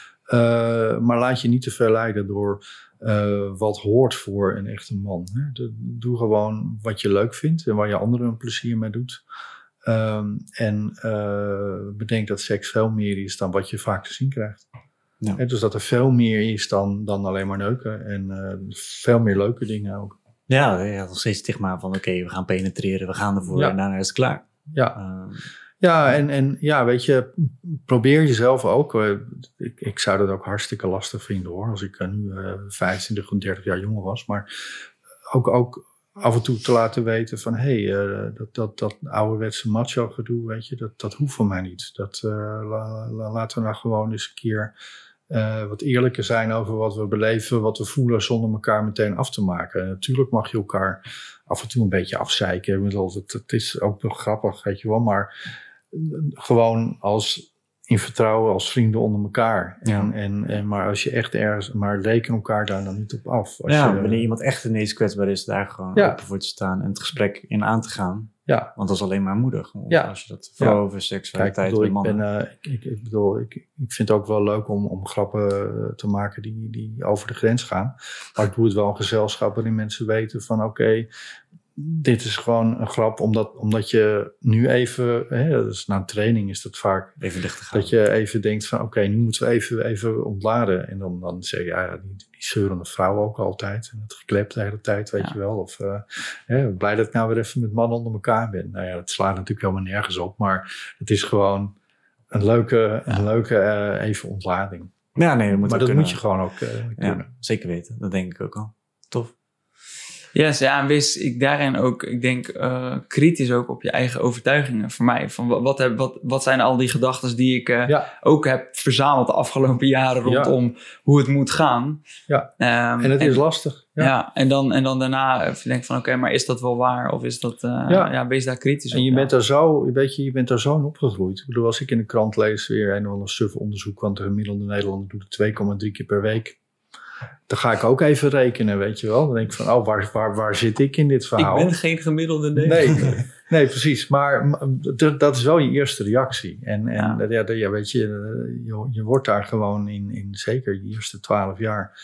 S3: Uh, maar laat je niet te veel leiden door uh, wat hoort voor een echte man. Hè. De, doe gewoon wat je leuk vindt en waar je anderen een plezier mee doet. Um, en uh, bedenk dat seks veel meer is dan wat je vaak te zien krijgt. Ja. Hè, dus dat er veel meer is dan, dan alleen maar neuken. En uh, veel meer leuke dingen ook.
S4: Ja, je had nog steeds stigma van oké, okay, we gaan penetreren, we gaan ervoor ja. en daarna is het klaar.
S3: Ja, uh, ja en, en ja, weet je, probeer jezelf ook. Uh, ik, ik zou dat ook hartstikke lastig vinden hoor, als ik uh, nu uh, vijfentwintig of dertig jaar jonger was. Maar ook, ook af en toe te laten weten van hé, hey, uh, dat, dat, dat ouderwetse macho gedoe, weet je, dat, dat hoeft voor mij niet. Dat, uh, la, la, laten we nou gewoon eens een keer Uh, wat eerlijker zijn over wat we beleven, wat we voelen, zonder elkaar meteen af te maken. En natuurlijk mag je elkaar af en toe een beetje afzeiken. Het, het is ook nog grappig, weet je wel, maar gewoon als in vertrouwen, als vrienden onder elkaar. Ja. En, en, en, maar als je echt ergens, maar reken elkaar daar dan niet op af. Als
S4: ja,
S3: je,
S4: wanneer iemand echt ineens kwetsbaar is, daar gewoon ja. open voor te staan en het gesprek in aan te gaan.
S3: Ja.
S4: Want dat is alleen maar moedig.
S3: Ja.
S4: Als je dat vooral ja. over seksualiteit
S3: Kijk, ik bedoel,
S4: met mannen.
S3: Ik, ben, uh, ik, ik, bedoel, ik, ik vind het ook wel leuk om, om grappen te maken die, die over de grens gaan. Maar ik doe het wel in gezelschap waarin mensen weten van oké, okay, dit is gewoon een grap, omdat, omdat je nu even, hè, dus na een training is dat vaak,
S4: even dicht te gaan.
S3: Dat je even denkt van oké, okay, nu moeten we even, even ontladen. En dan, dan zeg je, ja, die, die zeurende vrouw ook altijd. En het geklept de hele tijd, weet ja. je wel. Of uh, hè, blij dat ik nou weer even met mannen onder elkaar ben. Nou ja, dat slaat natuurlijk helemaal nergens op. Maar het is gewoon een leuke, ja. een leuke uh, even ontlading.
S4: Ja, nee, dat moet
S3: maar dat
S4: kunnen.
S3: moet je gewoon ook uh, kunnen.
S4: Ja, zeker weten, dat denk ik ook al. Tof.
S2: Yes, ja, en wees ik daarin ook, ik denk, uh, kritisch ook op je eigen overtuigingen. Voor mij, van wat, wat, heb, wat, wat zijn al die gedachten die ik uh, ja. ook heb verzameld de afgelopen jaren rondom ja. hoe het moet gaan.
S3: Ja, um, en het en, is lastig.
S2: Ja, ja en, dan, en dan daarna denk ik van, oké, okay, maar is dat wel waar? Of is dat, uh, ja. ja, wees daar kritisch op.
S3: En je
S2: ja.
S3: bent daar zo, weet je, je bent daar zo in opgegroeid. Ik bedoel, als ik in de krant lees weer een of ander suf onderzoek, want de gemiddelde Nederlander doet het twee komma drie keer per week. Dan ga ik ook even rekenen, weet je wel. Dan denk ik van, oh, waar, waar, waar zit ik in dit verhaal?
S2: Ik ben geen gemiddelde Nederlander.
S3: Nee, nee, precies. Maar dat is wel je eerste reactie. En, en ja. Ja, weet je, je, je wordt daar gewoon in, in zeker je eerste twaalf jaar,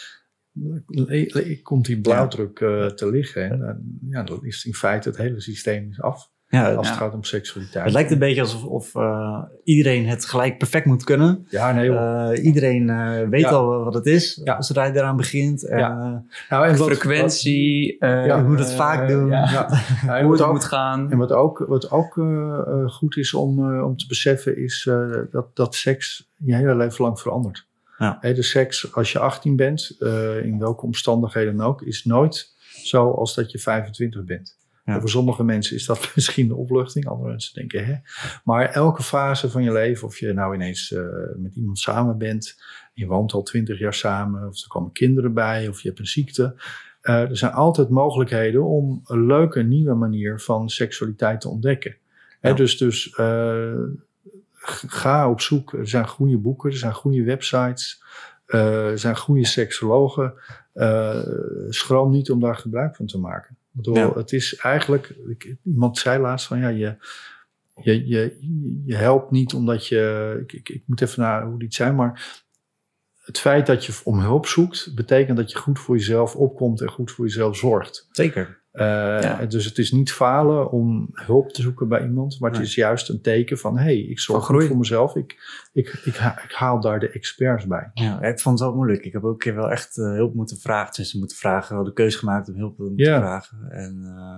S3: komt die blauwdruk uh, te liggen. En ja, dan is in feite het hele systeem is af.
S4: Ja,
S3: als het
S4: ja.
S3: gaat om seksualiteit.
S4: Het lijkt een beetje alsof of, uh, iedereen het gelijk perfect moet kunnen.
S3: Ja, nee,
S4: uh, iedereen uh, weet ja. al wat het is
S3: ja.
S4: zodra je eraan begint.
S2: Ja. Uh, nou, en wat, frequentie,
S4: wat, uh, ja, je moet het uh, vaak doen.
S2: Ja. Ja. Ja, hoe het ook, moet gaan.
S3: En wat ook, wat ook uh, goed is om, uh, om te beseffen is uh, dat, dat seks je hele leven lang verandert. Ja. Hey, de seks als je achttien bent, uh, in welke omstandigheden dan ook, is nooit zo als dat je vijfentwintig bent. Ja. Voor sommige mensen is dat misschien de opluchting. Andere mensen denken, hè. Maar elke fase van je leven, of je nou ineens uh, met iemand samen bent, je woont al twintig jaar samen, of er komen kinderen bij, of je hebt een ziekte. Uh, er zijn altijd mogelijkheden om een leuke, nieuwe manier van seksualiteit te ontdekken. Ja. Hè, dus dus uh, ga op zoek. Er zijn goede boeken, er zijn goede websites, uh, er zijn goede seksologen. Uh, schroom niet om daar gebruik van te maken. Ik bedoel, ja. Het is eigenlijk, ik, iemand zei laatst van ja, je, je, je, je helpt niet omdat je, ik, ik, ik moet even naar hoe die het zei, maar het feit dat je om hulp zoekt, betekent dat je goed voor jezelf opkomt en goed voor jezelf zorgt.
S4: Zeker.
S3: Uh, ja. Dus het is niet falen om hulp te zoeken bij iemand, maar het nee. is juist een teken van hé, hey, ik zorg goed voor mezelf, ik, ik, ik, ik haal daar de experts bij.
S4: Ja, ik vond het wel moeilijk. Ik heb ook een keer wel echt uh, hulp moeten vragen, dus moeten vragen, wel de keuze gemaakt om hulp moeten ja. vragen. En uh,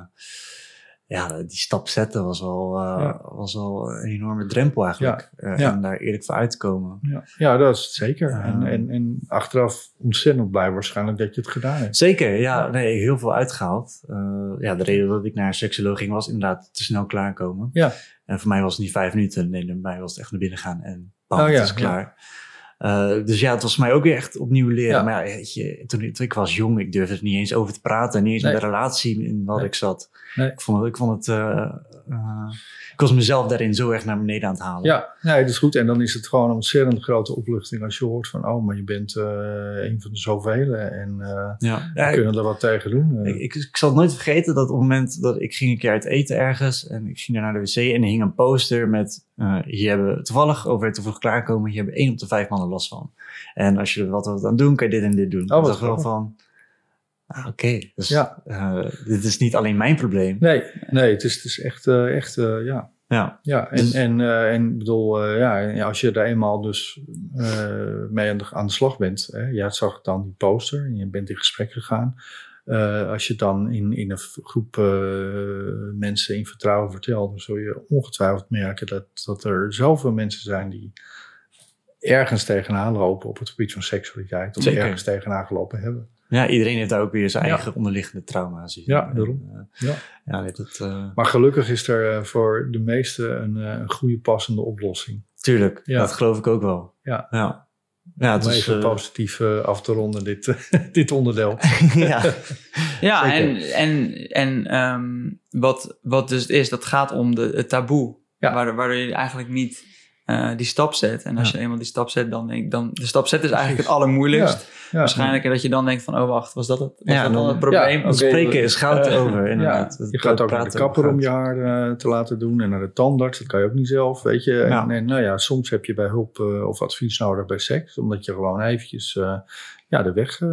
S4: ja, die stap zetten was al, uh, ja. was al een enorme drempel eigenlijk. Ja. Uh, ja. En daar eerlijk voor uit te komen.
S3: Ja, ja dat is het zeker. Uh, en, en, en achteraf ontzettend blij waarschijnlijk dat je het gedaan hebt.
S4: Zeker, ja. ja. Nee, heel veel uitgehaald. Uh, ja, de reden dat ik naar een seksoloog ging was inderdaad te snel klaarkomen.
S3: Ja.
S4: En voor mij was het niet vijf minuten. Nee, bij mij was het echt naar binnen gaan en bam, oh, ja, het is klaar. Ja. Uh, dus ja, het was voor mij ook weer echt opnieuw leren. Ja. Maar ja, weet je, toen, toen ik was jong, ik durfde er niet eens over te praten. Niet eens nee. met de relatie in wat nee. ik zat. Nee. Ik vond het... Ik, vond het uh, uh, ik was mezelf daarin zo erg naar beneden aan het halen.
S3: Ja, nee, dat is goed. En dan is het gewoon een ontzettend grote opluchting als je hoort van... oh, maar je bent uh, een van de zoveel en uh, ja. we ja, kunnen er wat tegen doen. Uh.
S4: Ik, ik, ik zal het nooit vergeten dat op het moment dat ik ging een keer uit eten ergens... en ik ging naar de wc en er hing een poster met... Uh, hier hebben toevallig over te vroeg klaarkomen... hier hebben één op de vijf mannen last van. En als je er wat wat aan doen, kan je dit en dit doen.
S3: Oh,
S4: ik dacht wel van... Ah, Oké, okay, dus ja. uh, dit is niet alleen mijn probleem.
S3: Nee, nee het, is, het is echt, uh, echt uh, ja.
S4: Ja,
S3: ja en, dus, en, uh, en bedoel, uh, ja, als je er eenmaal dus uh, mee aan de, aan de slag bent. Hè, ja, het zag dan die poster en je bent in gesprek gegaan. Uh, als je dan in, in een groep uh, mensen in vertrouwen vertelt, dan zul je ongetwijfeld merken dat, dat er zoveel mensen zijn die ergens tegenaan lopen op het gebied van seksualiteit. Of
S4: Zeker.
S3: ergens tegenaan gelopen hebben.
S4: Ja, iedereen heeft daar ook weer zijn eigen ja. onderliggende trauma's.
S3: Ja, daarom.
S4: En,
S3: uh, ja.
S4: Ja, dat, uh...
S3: Maar gelukkig is er uh, voor de meesten een, uh, een goede passende oplossing.
S4: Tuurlijk, ja. Dat geloof ik ook wel.
S3: Ja.
S4: Ja. Ja,
S3: om even uh... positief uh, af te ronden, dit, uh, dit onderdeel.
S2: ja, ja en, en, en um, wat, wat dus het is, dat gaat om de, het taboe. Ja. Waardoor, waardoor je eigenlijk niet uh, die stap zet. En als ja. je eenmaal die stap zet, dan denk ik... Dan, de stap zetten is eigenlijk het allermoeilijkst. Ja. Ja. Waarschijnlijk dat je dan denkt van... oh, wacht, was dat het, was
S4: ja,
S2: dat dan het probleem?
S4: Ja, okay. Spreken is goud uh, over, inderdaad.
S3: Ja. Je gaat ook naar de kapper om je haar uh, te laten doen... en naar de tandarts, dat kan je ook niet zelf, weet je. Ja. En, en nou ja, soms heb je bij hulp uh, of advies nodig bij seks... omdat je gewoon eventjes... Uh, ja, de weg uh,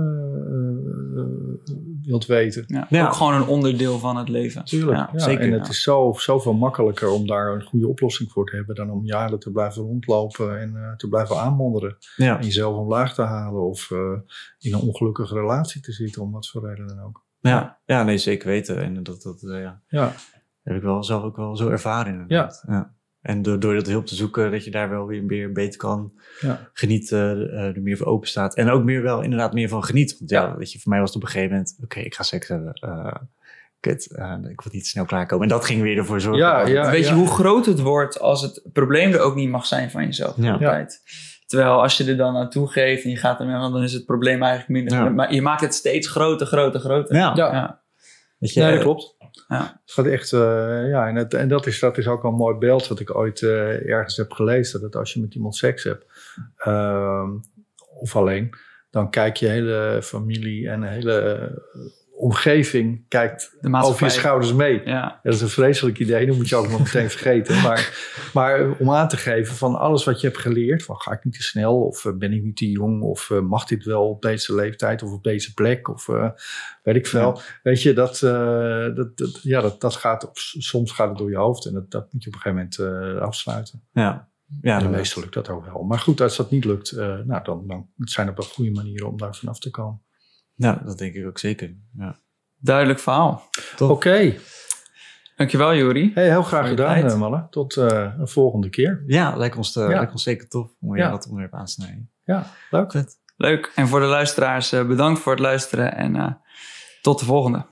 S3: uh, wilt weten.
S2: Ja, ja. Ook gewoon een onderdeel van het leven.
S3: Tuurlijk, ja, ja. Zeker. En het ja. is zo, zoveel makkelijker om daar een goede oplossing voor te hebben... dan om jaren te blijven rondlopen en uh, te blijven aanmodderen. Ja. En jezelf omlaag te halen of uh, in een ongelukkige relatie te zitten... om wat voor reden dan ook.
S4: Ja, ja nee, zeker weten. En dat, dat uh, ja.
S3: Ja.
S4: heb ik wel zelf ook wel zo ervaren inderdaad. Ja. Ja. En door, door dat hulp te zoeken, dat je daar wel weer meer beter kan ja. genieten, uh, er meer voor open staat. En ook meer wel inderdaad meer van genieten. Want ja, ja weet je, voor mij was het op een gegeven moment, oké, okay, ik ga seks hebben. Uh, kut, uh, ik wil niet snel klaarkomen. En dat ging weer ervoor zorgen.
S3: Ja, ja,
S2: Weet
S3: ja.
S2: je hoe groot het wordt als het probleem er ook niet mag zijn van jezelf?
S4: Ja.
S2: Altijd. Terwijl als je er dan naartoe geeft en je gaat ermee aan, dan is het probleem eigenlijk minder.
S4: Ja.
S2: Maar je maakt het steeds groter, groter, groter.
S4: Ja.
S3: Ja.
S2: Ja.
S4: Weet je,
S3: Nee, dat
S4: uh,
S3: klopt.
S2: Ja.
S3: Het gaat echt, uh, ja, en, het, en dat, is, dat is ook een mooi beeld wat ik ooit uh, ergens heb gelezen. Dat als je met iemand seks hebt, uh, of alleen, dan kijkt je hele familie en de hele uh, omgeving kijkt over je schouders mee.
S2: Ja.
S3: Dat is een vreselijk idee, dat moet je ook maar meteen vergeten. Maar, maar om aan te geven van alles wat je hebt geleerd, van ga ik niet te snel of uh, ben ik niet te jong of uh, mag dit wel op deze leeftijd of op deze plek of uh, weet ik veel. Ja. Weet je, dat, uh, dat, dat, ja, dat, dat gaat op, soms gaat het door je hoofd en dat, dat moet je op een gegeven moment uh, afsluiten.
S4: Ja. Ja,
S3: en meestal lukt dat ook wel. Maar goed, als dat niet lukt, uh, nou, dan, dan zijn er wel goede manieren om daar vanaf te komen.
S4: Ja, dat denk ik ook zeker. Ja.
S2: Duidelijk verhaal.
S3: Oké. Okay.
S2: Dankjewel, Juri.
S3: Hey, heel graag gedaan, mannen. Tot uh, een volgende keer.
S4: Ja, lijkt ons, uh, ja. lijkt ons zeker tof om je
S3: ja.
S4: dat onderwerp aan te snijden.
S3: Ja, leuk.
S2: Leuk. En voor de luisteraars, uh, bedankt voor het luisteren en uh, tot de volgende.